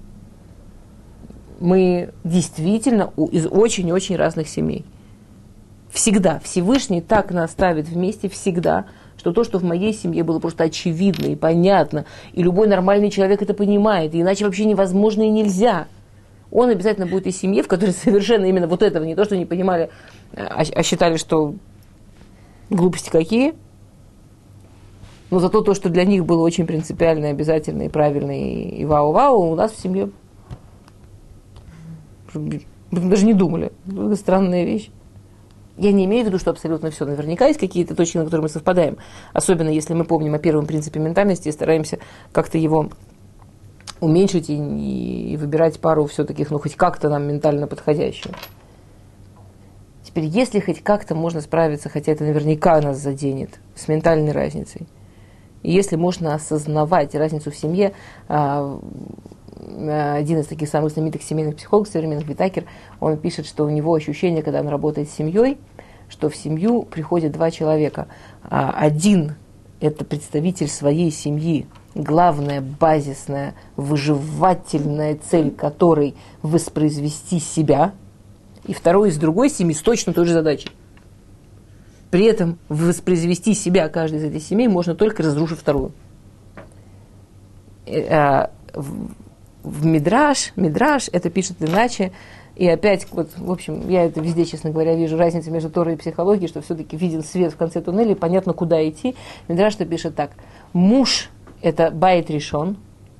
Мы действительно из очень-очень разных семей. Всегда. Всевышний так нас ставит вместе всегда, что то, что в моей семье было просто очевидно и понятно, и любой нормальный человек это понимает, и иначе вообще невозможно и нельзя. Он обязательно будет из семьи, в которой совершенно именно вот этого, не то, что не понимали, а, а считали, что глупости какие, но зато то, что для них было очень принципиально, обязательно и правильно, и, и вау-вау, у нас в семье даже не думали. Это странная вещь. Я не имею в виду, что абсолютно все. Наверняка есть какие-то точки, на которые мы совпадаем. Особенно, если мы помним о первом принципе ментальности и стараемся как-то его уменьшить и, и выбирать пару все-таки, ну, хоть как-то нам ментально подходящую. Теперь, если хоть как-то можно справиться, хотя это наверняка нас заденет, с ментальной разницей, и если можно осознавать разницу в семье, один из таких самых знаменитых семейных психологов современных, Витакер, он пишет, что у него ощущение, когда он работает с семьей, что в семью приходят два человека. Один – это представитель своей семьи, главная, базисная, выживательная цель которой – воспроизвести себя, и второй из другой семьи с точно той же задачей. При этом воспроизвести себя каждой из этих семей можно только разрушив вторую. В Мидраш, Мидраш это пишет иначе, и опять, вот, в общем, я это везде, честно говоря, вижу разницу между Торой и психологией, что все-таки виден свет в конце туннеля, и понятно, куда идти. Мидраш это пишет так. Муж – это байт решон.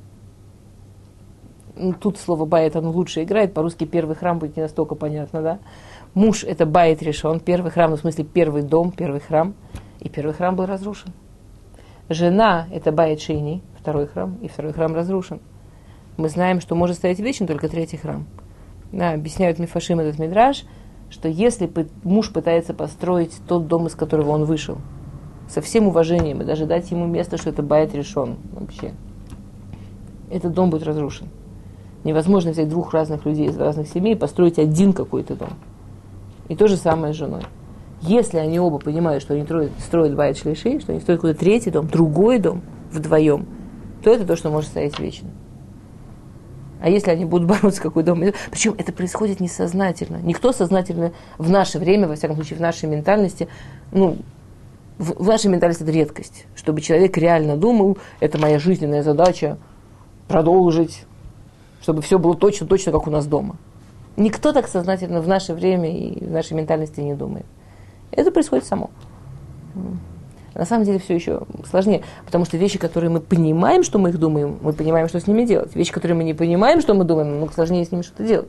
Тут слово байт, оно лучше играет, по-русски первый храм будет не настолько понятно, да? Муж – это байт решон, первый храм, ну, в смысле первый дом, первый храм, и первый храм был разрушен. Жена – это байт шейни, второй храм, и второй храм разрушен. Мы знаем, что может стоять вечно только третий храм. Да, объясняют Мифашим этот Мидраш, что если муж пытается построить тот дом, из которого он вышел, со всем уважением, и даже дать ему место, что это байт решен вообще, этот дом будет разрушен. Невозможно взять двух разных людей из разных семей и построить один какой-то дом. И то же самое с женой. Если они оба понимают, что они строят байт шлиши, что они строят какой-то третий дом, другой дом вдвоем, то это то, что может стоять вечно. А если они будут бороться, какой дом? Причем это происходит несознательно. Никто сознательно в наше время, во всяком случае, в нашей ментальности, ну, в, в нашей ментальности это редкость. Чтобы человек реально думал, это моя жизненная задача, продолжить, чтобы все было точно-точно, как у нас дома. Никто так сознательно в наше время и в нашей ментальности не думает. Это происходит само. На самом деле все еще сложнее, потому что вещи, которые мы понимаем, что мы их думаем, мы понимаем, что с ними делать. Вещи, которые мы не понимаем, что мы думаем, намного сложнее с ними что-то делать.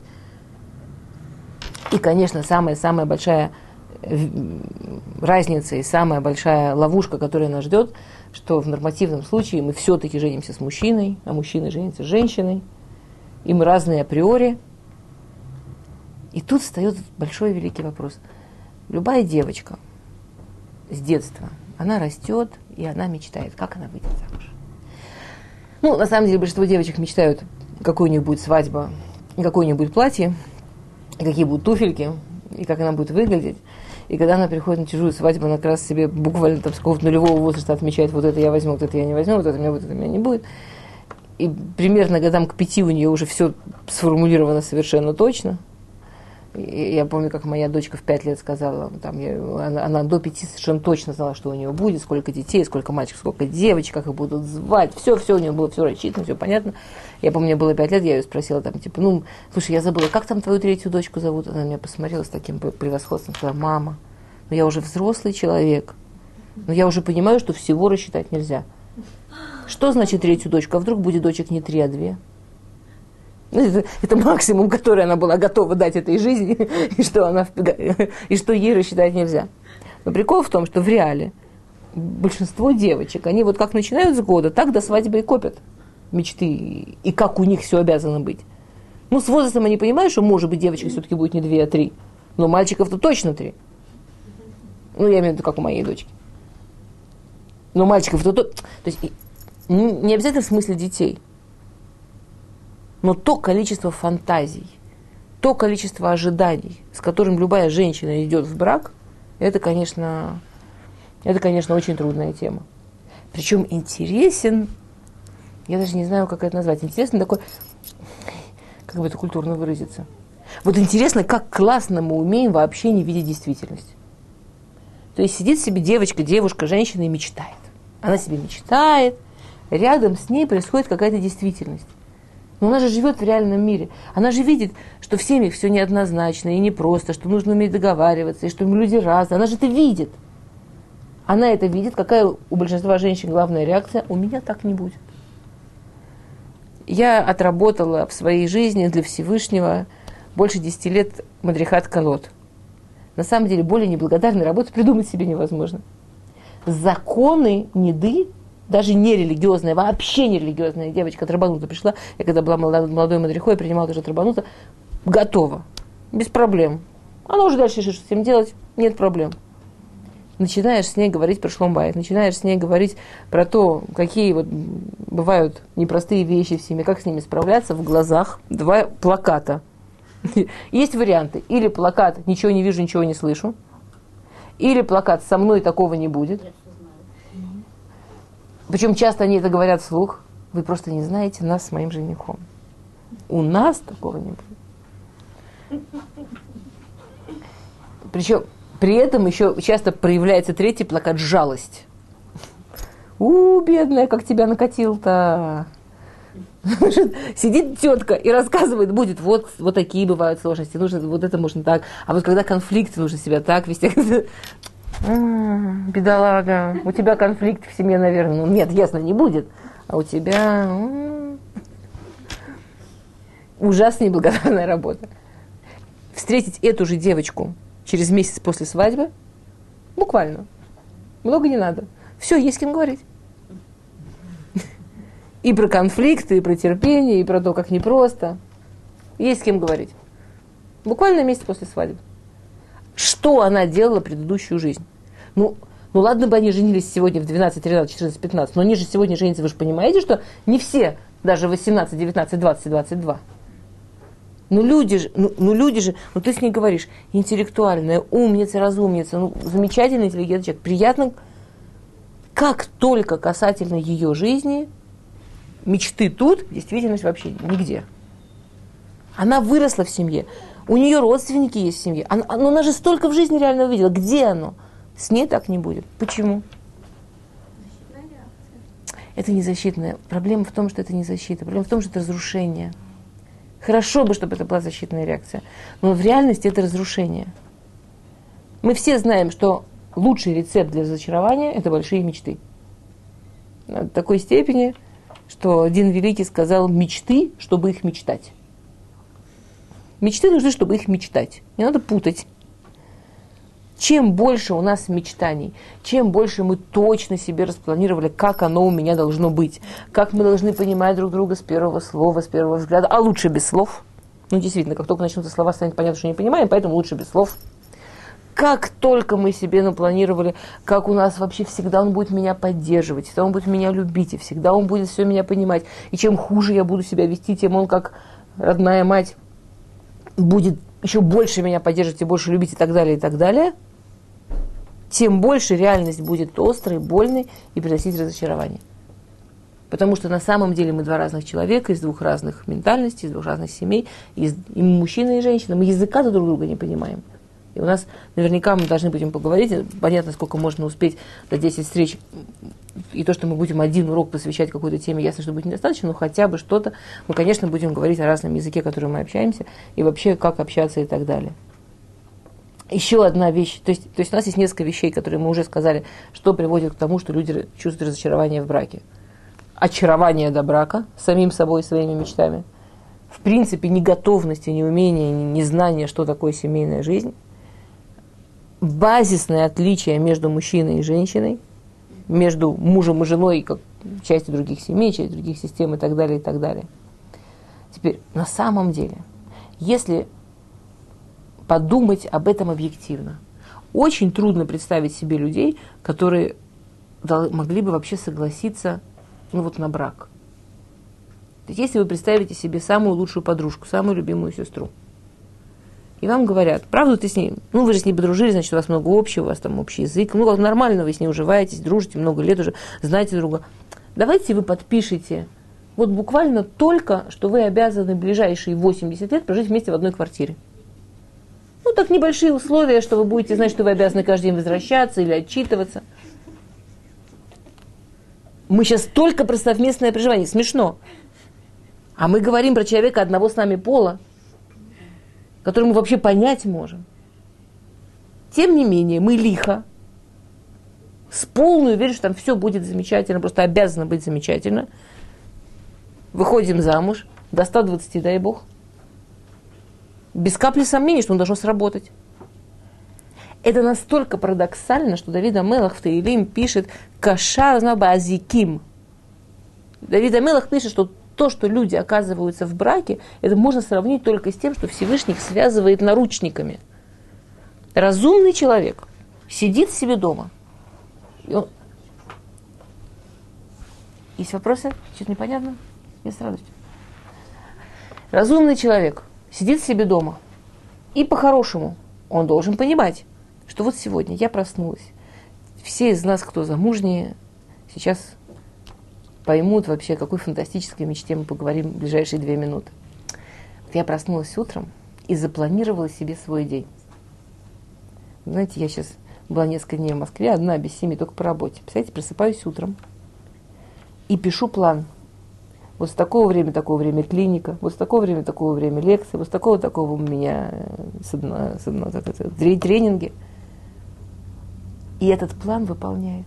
И, конечно, самая-самая большая разница и самая большая ловушка, которая нас ждет, что в нормативном случае мы все-таки женимся с мужчиной, а мужчина женится с женщиной, и мы разные априори. И тут встает большой великий вопрос. Любая девочка с детства, она растет, и она мечтает, как она выйдет замуж. Ну, на самом деле, большинство девочек мечтают, какой у них будет свадьба, и какое у них будет платье, и какие будут туфельки, и как она будет выглядеть. И когда она приходит на чужую свадьбу, она как раз себе буквально там, с какого-то нулевого возраста отмечает, вот это я возьму, вот это я не возьму, вот это у меня будет, это у меня не будет. И примерно годам к пяти у нее уже все сформулировано совершенно точно. Я помню, как моя дочка в пять лет сказала, там, я, она, она до пяти совершенно точно знала, что у нее будет, сколько детей, сколько мальчиков, сколько девочек, как их будут звать. Все, все у нее было, все рассчитано, все понятно. Я помню, мне было пять лет, я ее спросила, там, типа, ну, слушай, я забыла, как там твою третью дочку зовут? Она меня посмотрела с таким превосходством, сказала, мама, ну я уже взрослый человек, но я уже понимаю, что всего рассчитать нельзя. Что значит третью дочку? А вдруг будет дочек не три, а две? Это, это максимум, который она была готова дать этой жизни, и что, она, и что ей рассчитать нельзя. Но прикол в том, что в реале большинство девочек, они вот как начинают с года, так до свадьбы и копят мечты, и как у них все обязано быть. Ну, с возрастом они понимают, что, может быть, девочек все-таки будет не две, а три, но мальчиков-то точно три. Ну, я имею в виду, как у моей дочки. Но мальчиков-то... То, то есть не обязательно в смысле детей. Но то количество фантазий, то количество ожиданий, с которым любая женщина идет в брак, это, конечно, это, конечно, очень трудная тема. Причем интересен, я даже не знаю, как это назвать, интересен такой, как бы это культурно выразиться. Вот интересно, как классно мы умеем вообще не видеть действительность. То есть сидит себе девочка, девушка, женщина и мечтает. Она себе мечтает, рядом с ней происходит какая-то действительность. Но она же живет в реальном мире. Она же видит, что в семьях все неоднозначно и непросто, что нужно уметь договариваться, и что люди разные. Она же это видит. Она это видит. Какая у большинства женщин главная реакция? У меня так не будет. Я отработала в своей жизни для Всевышнего больше десяти лет мадрихат колод. На самом деле более неблагодарной работы придумать себе невозможно. Законы неды, даже не религиозная, вообще не религиозная девочка от Рабанута пришла, я когда была молодой мадрихой, я принимала тоже от Рабанута, готова, без проблем. Она уже дальше решит, что с этим делать, нет проблем. Начинаешь с ней говорить про шломбайт, начинаешь с ней говорить про то, какие вот бывают непростые вещи в семье, как с ними справляться, в глазах два плаката. Есть варианты. Или плакат «Ничего не вижу, ничего не слышу», или плакат «Со мной такого не будет». Причем часто они это говорят вслух. Вы просто не знаете нас с моим женихом. У нас такого не будет. Причем при этом еще часто проявляется третий плакат «Жалость». У, бедная, как тебя накатил-то. Сидит тетка и рассказывает, будет вот, вот такие бывают сложности, нужно, вот это можно так. А вот когда конфликты, нужно себя так вести. Бедолага, у тебя конфликт в семье, наверное. Ну, нет, ясно, не будет. А у тебя м-м, ужасно неблагодарная работа. Встретить эту же девочку через месяц после свадьбы, буквально, много не надо. Все, есть с кем говорить. И про конфликты, и про терпение, и про то, как непросто. Есть с кем говорить. Буквально месяц после свадьбы. Что она делала предыдущую жизнь? Ну, ну ладно бы они женились сегодня в двенадцать, тринадцать, четырнадцать, пятнадцать, но они же сегодня женятся, вы же понимаете, что не все, даже восемнадцать, девятнадцать, двадцать, двадцать два. Ну люди же, ну, ну люди же, ну ты с ней говоришь, интеллектуальная, умница, разумница, ну замечательный, интеллигентный человек, приятно. Как только касательно ее жизни, мечты тут, действительность вообще нигде. Она выросла в семье. У нее родственники есть в семье. Она, но она же столько в жизни реально увидела. Где оно? С ней так не будет. Почему? Это не защитная. Проблема в том, что это не защита. Проблема в том, что это разрушение. Хорошо бы, чтобы это была защитная реакция. Но в реальности это разрушение. Мы все знаем, что лучший рецепт для разочарования – это большие мечты. До такой степени, что один великий сказал: мечты, чтобы их мечтать. Мечты нужны, чтобы их мечтать. Не надо путать. Чем больше у нас мечтаний, чем больше мы точно себе распланировали, как оно у меня должно быть, как мы должны понимать друг друга с первого слова, с первого взгляда, а лучше без слов. Ну, действительно, как только начнутся слова, станет понятно, что не понимаем, поэтому лучше без слов. Как только мы себе напланировали, как у нас вообще всегда он будет меня поддерживать, всегда он будет меня любить, и всегда он будет все меня понимать. И чем хуже я буду себя вести, тем он, как родная мать, будет еще больше меня поддерживать и больше любить и так далее, и так далее, тем больше реальность будет острой, больной и приносить разочарование. Потому что на самом деле мы два разных человека, из двух разных ментальностей, из двух разных семей, из, и мужчина, и женщина. Мы языка-то друг друга не понимаем. И у нас наверняка мы должны будем поговорить, понятно, сколько можно успеть за десять встреч, и то, что мы будем один урок посвящать какой-то теме, ясно, что будет недостаточно, но хотя бы что-то, мы, конечно, будем говорить о разном языке, которым мы общаемся, и вообще, как общаться и так далее. Еще одна вещь, то есть, то есть у нас есть несколько вещей, которые мы уже сказали, что приводит к тому, что люди чувствуют разочарование в браке. Очарование до брака, самим собой, своими мечтами. В принципе, неготовность, неумение, незнание, что такое семейная жизнь. Базисное отличие между мужчиной и женщиной, между мужем и женой, как частью других семей, частью других систем и так далее, и так далее. Теперь, на самом деле, если подумать об этом объективно, очень трудно представить себе людей, которые могли бы вообще согласиться, ну вот, на брак. То есть, если вы представите себе самую лучшую подружку, самую любимую сестру, и вам говорят: правда ты с ней, ну вы же с ней подружились, значит у вас много общего, у вас там общий язык, ну как нормально, вы с ней уживаетесь, дружите, много лет уже, знаете друга. Давайте вы подпишите, вот буквально только, что вы обязаны ближайшие восемьдесят лет прожить вместе в одной квартире. Ну так небольшие условия, что вы будете знать, что вы обязаны каждый день возвращаться или отчитываться. Мы сейчас только про совместное проживание, смешно. А мы говорим про человека одного с нами пола, который мы вообще понять можем. Тем не менее, мы лихо, с полной уверенностью, что там все будет замечательно, просто обязано быть замечательно, выходим замуж, до ста двадцати, дай бог, без капли сомнений, что он должен сработать. Это настолько парадоксально, что Давид ха-Мелах в Теилим пишет «Кашар баазиким». Давид ха-Мелах пишет, что то, что люди оказываются в браке, это можно сравнить только с тем, что Всевышний их связывает наручниками. Разумный человек сидит себе дома. И он... Есть вопросы? Что-то непонятно? Я с радостью. Разумный человек сидит себе дома. И по-хорошему он должен понимать, что вот сегодня я проснулась. Все из нас, кто замужние, сейчас поймут вообще, о какой фантастической мечте мы поговорим в ближайшие две минуты. Вот я проснулась утром и запланировала себе свой день. Знаете, я сейчас была несколько дней в Москве, одна, без семьи, только по работе. Представляете, просыпаюсь утром и пишу план. Вот с такого времени, такого времени клиника, вот с такого времени, такого времени лекции, вот с такого, такого у меня с одно, с одно, так это, тренинги. И этот план выполняется.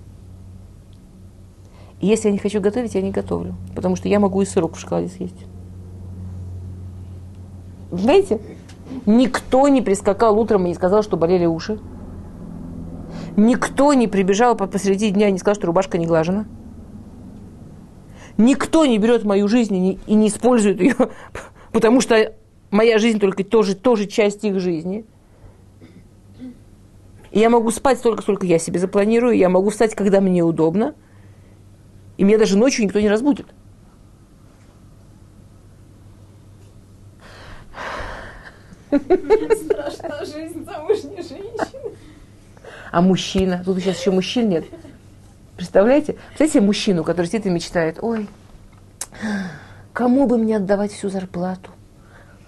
И если я не хочу готовить, я не готовлю. Потому что я могу и сырок в шоколаде съесть. Знаете, никто не прискакал утром и не сказал, что болели уши. Никто не прибежал посреди дня и не сказал, что рубашка не глажена. Никто не берет мою жизнь и не, и не использует ее, потому что моя жизнь только тоже, тоже часть их жизни. И я могу спать столько, сколько я себе запланирую, я могу встать, когда мне удобно, и меня даже ночью никто не разбудит. Страшная жизнь замужней женщины. А мужчина? Тут сейчас еще мужчин нет. Представляете? Представляете мужчину, который сидит и мечтает: ой, кому бы мне отдавать всю зарплату?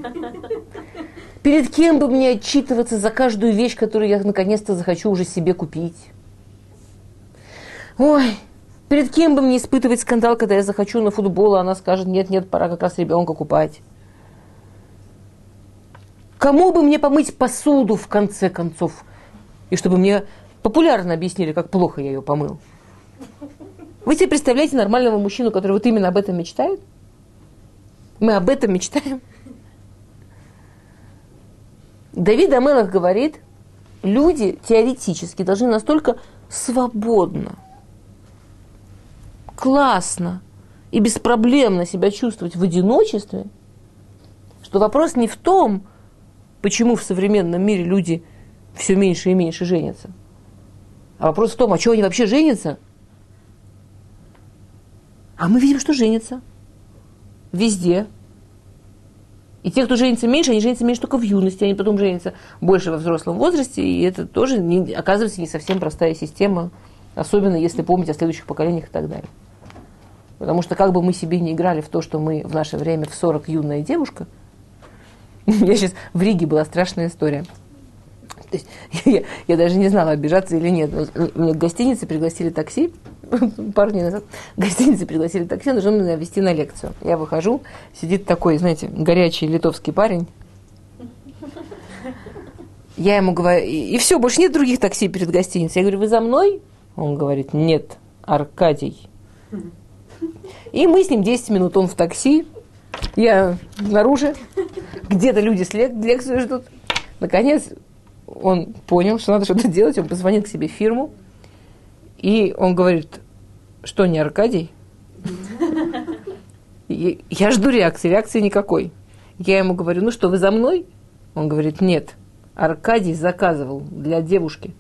Перед кем бы мне отчитываться за каждую вещь, которую я наконец-то захочу уже себе купить? Ой, перед кем бы мне испытывать скандал, когда я захочу на футбол, а она скажет, нет-нет, пора как раз ребенка купать. Кому бы мне помыть посуду, в конце концов? И чтобы мне популярно объяснили, как плохо я ее помыл. Вы себе представляете нормального мужчину, который вот именно об этом мечтает? Мы об этом мечтаем. Давид Амелах говорит, люди теоретически должны настолько свободно, классно и беспроблемно себя чувствовать в одиночестве, что вопрос не в том, почему в современном мире люди все меньше и меньше женятся, а вопрос в том, а чего они вообще женятся? А мы видим, что женятся везде. И те, кто женится меньше, они женятся меньше только в юности, они потом женятся больше во взрослом возрасте, и это тоже, не, оказывается, не совсем простая система, особенно если помнить о следующих поколениях и так далее. Потому что как бы мы себе не играли в то, что мы в наше время в сорок юная девушка, я сейчас в Риге была страшная история. То есть, я, я даже не знала, обижаться или нет. Мне в гостинице пригласили такси, пару дней назад, в гостинице пригласили такси, нужно меня везти на лекцию. Я выхожу, сидит такой, знаете, горячий литовский парень. Я ему говорю, и, и все, больше нет других такси перед гостиницей. Я говорю, вы за мной? Он говорит, нет, Аркадий. И мы с ним десять минут, он в такси, я снаружи, где-то люди с лек- лекцию ждут. Наконец, он понял, что надо что-то делать, он позвонил к себе в фирму, и он говорит, что не Аркадий? И я жду реакции, реакции никакой. Я ему говорю, ну что, вы за мной? Он говорит, нет, Аркадий заказывал для девушки.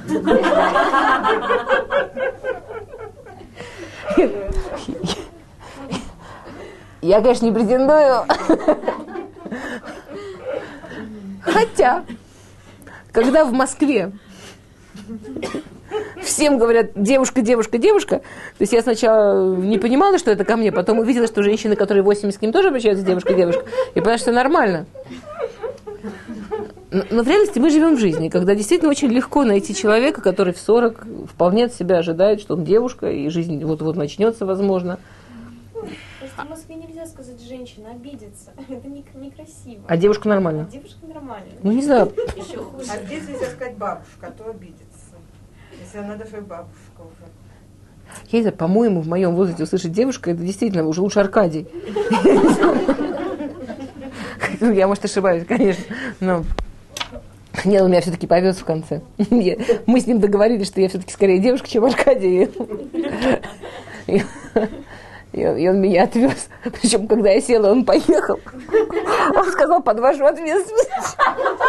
Я, конечно, не претендую. Хотя, когда в Москве всем говорят девушка, девушка, девушка, то есть я сначала не понимала, что это ко мне, потом увидела, что женщины, которые восемьдесят к ним тоже обращаются девушка, девушка, и поняла, что нормально. Но, но в реальности мы живем в жизни, когда действительно очень легко найти человека, который в сорок вполне от себя ожидает, что он девушка, и жизнь вот-вот начнется, возможно. Просто в Москве нельзя сказать женщина, обидеться. Это не, некрасиво. А девушка нормально? А девушка нормальная. Ну, не знаю. Еще хуже. А здесь нельзя сказать бабушка, а то обидится. Если она даже бабушка уже. Я не знаю, по-моему, в моем возрасте услышать девушка, это действительно уже лучше Аркадий. Я, может, ошибаюсь, конечно, но... Нет, он меня все-таки повез в конце. Мы с ним договорились, что я все-таки скорее девушка, чем Аркадий. И, и он меня отвез. Причем, когда я села, он поехал. Он сказал, под вашу ответственность.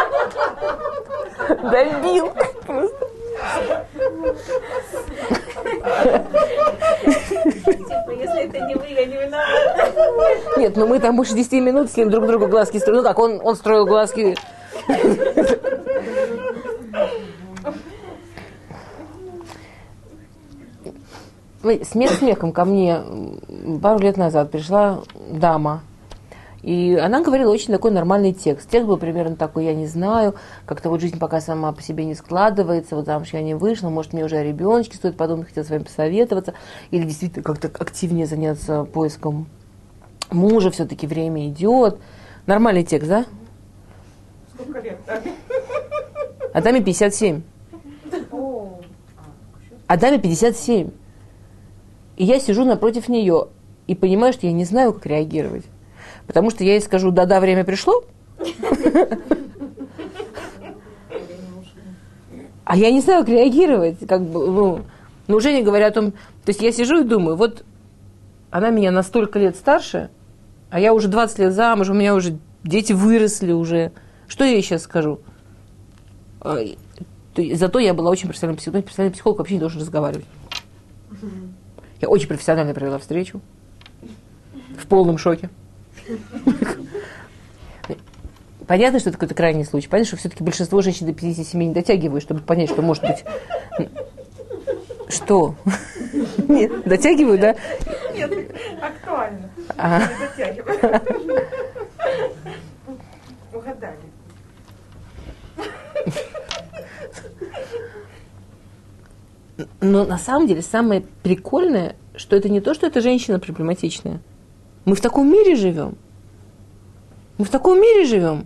Добил. Просто. Типа, если это не вы, я не виновата. Нет, ну мы там больше десяти минут с ним друг другу глазки строили. Ну как, он, он строил глазки... Смех смехом ко мне пару лет назад пришла дама, и она говорила очень такой нормальный текст. Текст был примерно такой: я не знаю, как-то вот жизнь пока сама по себе не складывается, вот замуж я не вышла, может, мне уже о ребеночке стоит подумать, хотела с вами посоветоваться, или действительно как-то активнее заняться поиском мужа, все-таки время идет. Нормальный текст, да? Сколько лет, да? А даме пятьдесят семь. А даме пятьдесят семь. И я сижу напротив нее и понимаю, что я не знаю, как реагировать. Потому что я ей скажу, да-да, время пришло. А я не знаю, как реагировать. Как бы, ну, но уже не говоря о том... То есть я сижу и думаю, вот она меня на столько лет старше, а я уже двадцать лет замуж, у меня уже дети выросли уже. Что я ей сейчас скажу? Зато я была очень профессиональным психологом. Профессиональный психолог вообще не должен разговаривать. Я очень профессионально провела встречу. В полном шоке. Понятно, что это какой-то крайний случай. Понятно, что все-таки большинство женщин до пятидесяти семи не дотягивают, чтобы понять, что может быть... Что? Нет, дотягивают, да? Нет, актуально. А. Не дотягивают. Но на самом деле самое прикольное, что это не то, что эта женщина проблематичная. Мы в таком мире живем. Мы в таком мире живем.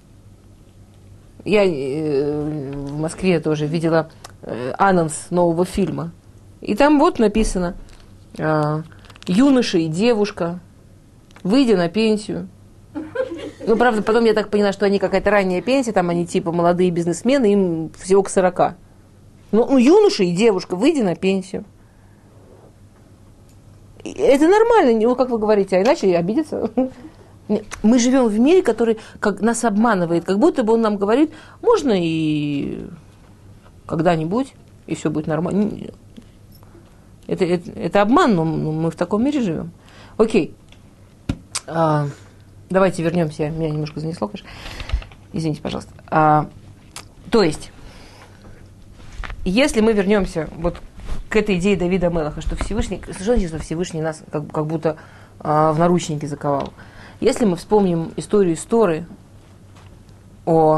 Я э, в Москве тоже видела э, анонс нового фильма. И там вот написано: э, юноша и девушка, выйдя на пенсию. Ну, правда, потом я так поняла, что они какая-то ранняя пенсия, там они типа молодые бизнесмены, им всего к сорока. Ну, ну, юноша и девушка, выйди на пенсию. И это нормально, ну, как вы говорите, а иначе обидеться. Мы живем в мире, который как, нас обманывает, как будто бы он нам говорит, можно и когда-нибудь, и все будет нормально. Это, это, это обман, но мы в таком мире живем. Окей. А, давайте вернемся. Меня немножко занесло, конечно. Извините, пожалуйста. А, то есть, если мы вернемся вот к этой идее Давида ха-Мелеха, что Всевышний, совершенно что Всевышний нас как, как будто а, в наручники заковал. Если мы вспомним историю Торы о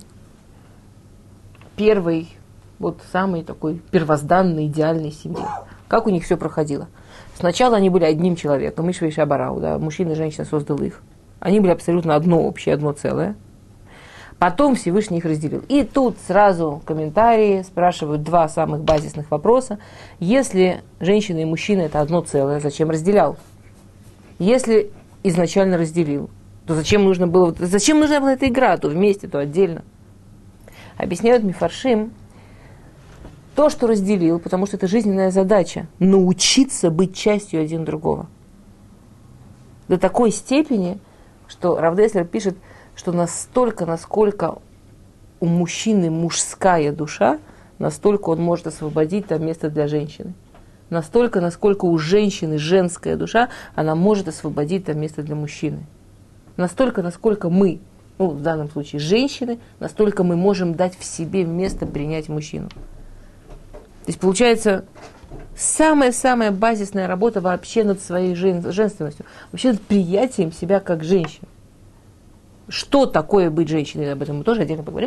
первой, вот самой такой первозданной, идеальной семье, как у них все проходило. Сначала они были одним человеком, Ишва и Шабарау, да, мужчина и женщина создал их. Они были абсолютно одно общее, одно целое. Потом Всевышний их разделил. И тут сразу комментарии спрашивают два самых базисных вопроса. Если женщина и мужчина это одно целое, зачем разделял? Если изначально разделил, то зачем нужно было, зачем нужна была эта игра, то вместе, то отдельно? Объясняют Мифаршим, то, что разделил, потому что это жизненная задача, научиться быть частью один другого. До такой степени, что Рав Деслер пишет, что настолько, насколько у мужчины мужская душа, настолько он может освободить там место для женщины. Настолько, насколько у женщины женская душа, она может освободить там место для мужчины. Настолько, насколько мы, ну, в данном случае женщины, настолько мы можем дать в себе место принять мужчину. То есть, получается, самая-самая базисная работа вообще над своей жен- женственностью, вообще над приятием себя как женщины. Что такое быть женщиной, об этом мы тоже отдельно поговорим.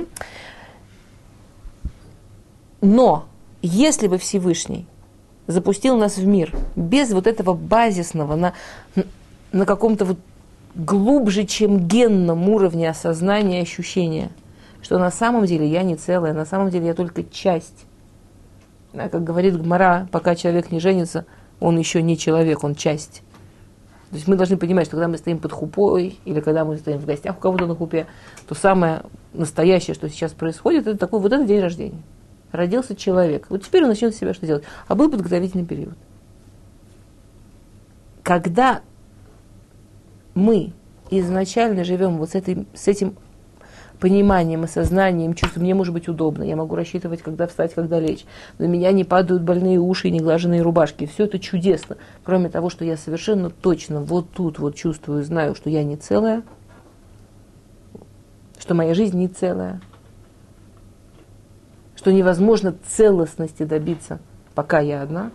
Но, если бы Всевышний запустил нас в мир без вот этого базисного, на, на каком-то вот глубже, чем генном уровне осознания и ощущения, что на самом деле я не целая, на самом деле я только часть. А как говорит Гмара, пока человек не женится, он еще не человек, он часть. То есть мы должны понимать, что когда мы стоим под хупой, или когда мы стоим в гостях у кого-то на хупе, то самое настоящее, что сейчас происходит, это такой вот этот день рождения. Родился человек. Вот теперь он начнет себя что делать. А был подготовительный период. Когда мы изначально живем вот с, этой, с этим пониманием, осознанием, чувством, мне может быть удобно, я могу рассчитывать, когда встать, когда лечь, на меня не падают больные уши и неглаженные рубашки, все это чудесно, кроме того, что я совершенно точно вот тут вот чувствую, знаю, что я не целая, что моя жизнь не целая, что невозможно целостности добиться, пока я одна.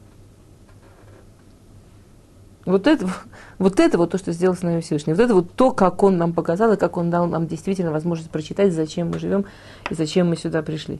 Вот это, вот это вот то, что сделал с нами Всевышний. Вот это вот то, как он нам показал, и как он дал нам действительно возможность прочитать, зачем мы живем и зачем мы сюда пришли.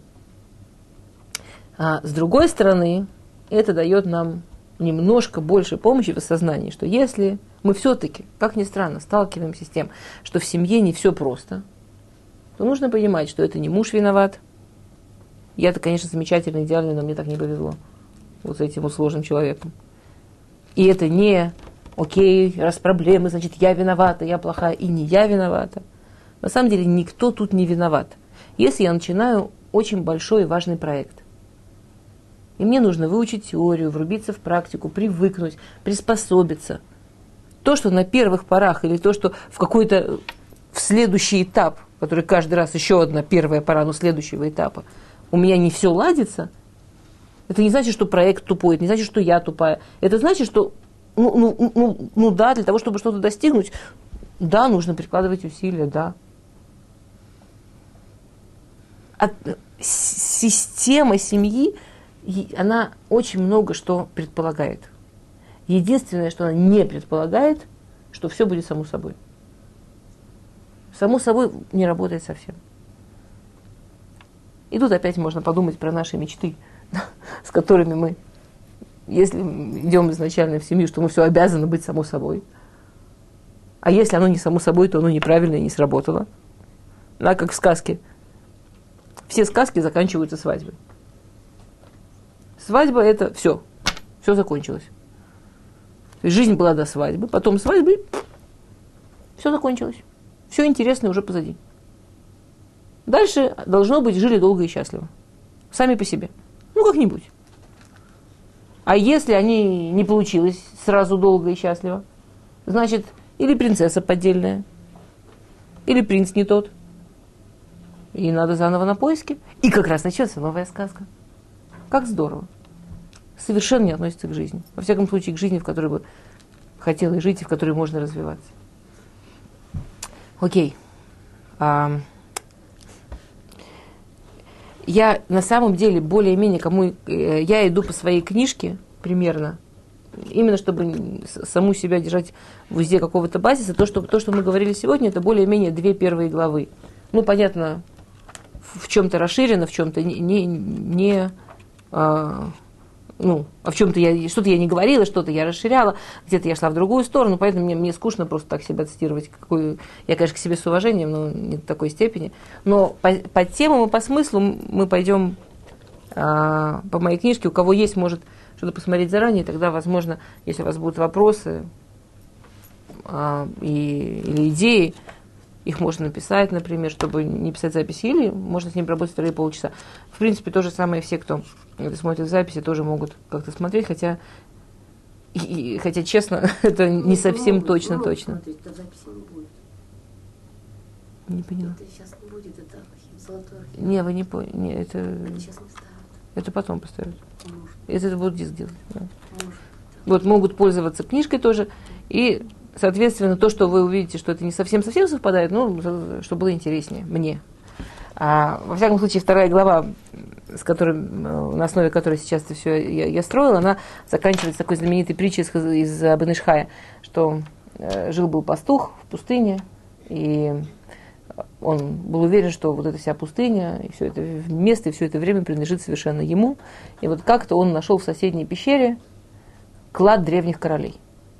А с другой стороны, это дает нам немножко больше помощи в осознании, что если мы все-таки, как ни странно, сталкиваемся с тем, что в семье не все просто, то нужно понимать, что это не муж виноват. Я-то, конечно, замечательный, идеальный, но мне так не повезло вот с этим вот сложным человеком. И это не, окей, раз проблемы, значит, я виновата, я плохая, и не я виновата. На самом деле никто тут не виноват. Если я начинаю очень большой и важный проект, и мне нужно выучить теорию, врубиться в практику, привыкнуть, приспособиться, то, что на первых порах, или то, что в какой-то в следующий этап, который каждый раз еще одна первая пора, но следующего этапа, у меня не все ладится, это не значит, что проект тупой, это не значит, что я тупая. Это значит, что, ну, ну, ну, ну да, для того, чтобы что-то достигнуть, да, нужно прикладывать усилия, да. От, система семьи, она очень много что предполагает. Единственное, что она не предполагает, что все будет само собой. Само собой не работает совсем. И тут опять можно подумать про наши мечты с которыми мы, если идем изначально в семью, что мы все обязаны быть само собой. А если оно не само собой, то оно неправильно и не сработало. Да, как в сказке. Все сказки заканчиваются свадьбой. Свадьба – это все. Все закончилось. То есть жизнь была до свадьбы, потом свадьбы, все закончилось. Все интересное уже позади. Дальше должно быть жили долго и счастливо. Сами по себе. Ну, как-нибудь. А если они не получилось сразу долго и счастливо, значит, или принцесса поддельная, или принц не тот. И надо заново на поиски. И как раз начнется новая сказка. Как здорово. Совершенно не относится к жизни. Во всяком случае, к жизни, в которой бы хотела жить и в которой можно развиваться. Окей. А, я на самом деле более-менее кому... Я иду по своей книжке примерно, именно чтобы саму себя держать в узде какого-то базиса. То, что, то, что мы говорили сегодня, это более-менее две первые главы. Ну, понятно, в чем-то расширено, в чем-то не... не, не а, ну, а в чем-то я, что-то я не говорила, что-то я расширяла, где-то я шла в другую сторону, поэтому мне, мне скучно просто так себя цитировать. Какую, я, конечно, к себе с уважением, но не до такой степени. Но по, по темам и по смыслу мы пойдем а, по моей книжке. У кого есть, может что-то посмотреть заранее, тогда, возможно, если у вас будут вопросы а, и, или идеи, их можно написать, например, чтобы не писать записи, или можно с ним работать вторые полчаса. В принципе, то же самое все, кто смотрит записи, тоже могут как-то смотреть, хотя, и, и, хотя честно, это не совсем могут, точно, могут точно. Смотреть, то записи не будет. Не поняла. Это сейчас не будет, это архив, золотой архив. Не, вы не поняли. Не, это, Это сейчас не ставят. это потом поставят. Может, Если это будут диск делать. Да. может. Вот, могут пользоваться книжкой тоже. И, соответственно, то, что вы увидите, что это не совсем-совсем совпадает, ну, чтобы было интереснее мне. А, во всяком случае, вторая глава, с которой, на основе которой сейчас это все я, я строила, она заканчивается такой знаменитой притчей из, из Бен Иш Хая, что э, жил-был пастух в пустыне, и он был уверен, что вот эта вся пустыня, и все это место, и все это время принадлежит совершенно ему. И вот как-то он нашел в соседней пещере клад древних королей.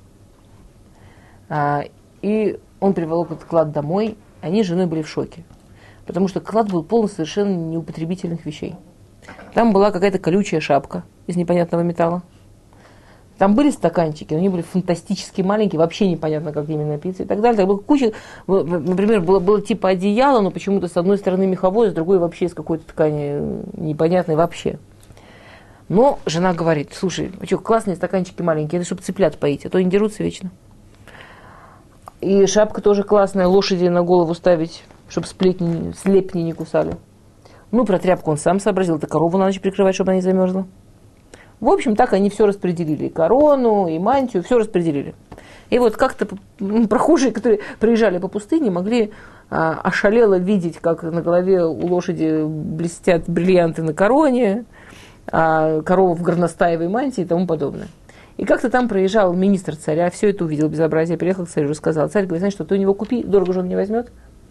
А, и он приволок этот клад домой, они с женой были в шоке. Потому что клад был полон совершенно неупотребительных вещей. Там была какая-то колючая шапка из непонятного металла. Там были стаканчики, но они были фантастически маленькие, вообще непонятно, как ими напиться и так далее. Там была куча, например, было, было типа одеяло, но почему-то с одной стороны меховое, с другой вообще из какой-то ткани непонятной вообще. Но жена говорит: слушай, а что, классные стаканчики маленькие, это чтобы цыплят поить, а то они дерутся вечно. И шапка тоже классная, лошади на голову ставить, чтобы сплетни, слепни не кусали. Ну, про тряпку он сам сообразил, это корову на ночь прикрывать, чтобы она не замерзла. В общем, так они все распределили. И корону, и мантию, все распределили. И вот как-то прохожие, которые проезжали по пустыне, могли а, ошалело видеть, как на голове у лошади блестят бриллианты на короне, а корова в горностаевой мантии и тому подобное. И как-то там проезжал министр царя, все это увидел, безобразие, приехал к царю, рассказал. Царь говорит: знаешь что, ты у него купи, дорого же он не возьмет.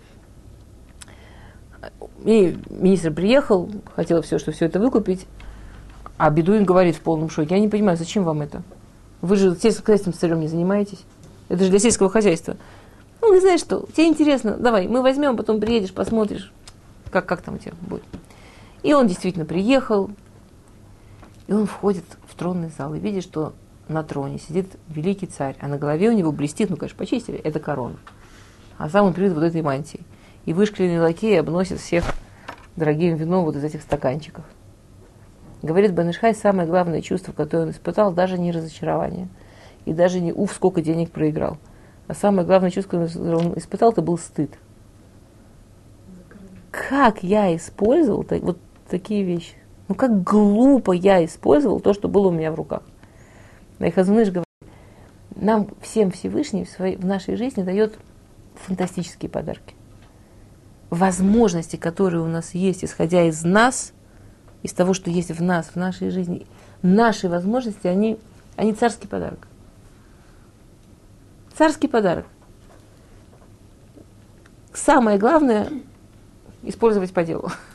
И министр приехал, хотел все, что все это выкупить, а бедуин говорит в полном шоке: я не понимаю, зачем вам это? Вы же сельским хозяйством с царем не занимаетесь. Это же для сельского хозяйства. Ну, говорит: знаешь что, тебе интересно, давай, мы возьмем, потом приедешь, посмотришь, как, как там у тебя будет. И он действительно приехал, и он входит в тронный зал и видит, что на троне сидит великий царь, а на голове у него блестит, ну, конечно, почистили, это корона. А сам он придет вот этой мантией. И вышкаленный лакей обносит всех дорогим вином вот из этих стаканчиков. Говорит Бен Иш Хай, самое главное чувство, которое он испытал, даже не разочарование. И даже не уф, сколько денег проиграл. А самое главное чувство, которое он испытал, это был стыд. Как я использовал вот такие вещи? Ну, как глупо я использовал то, что было у меня в руках. Найхазуныш говорит, нам всем Всевышний в, своей, в нашей жизни дает фантастические подарки. Возможности, которые у нас есть, исходя из нас, из того, что есть в нас, в нашей жизни, наши возможности, они, они царский подарок. Царский подарок. Самое главное – использовать по делу.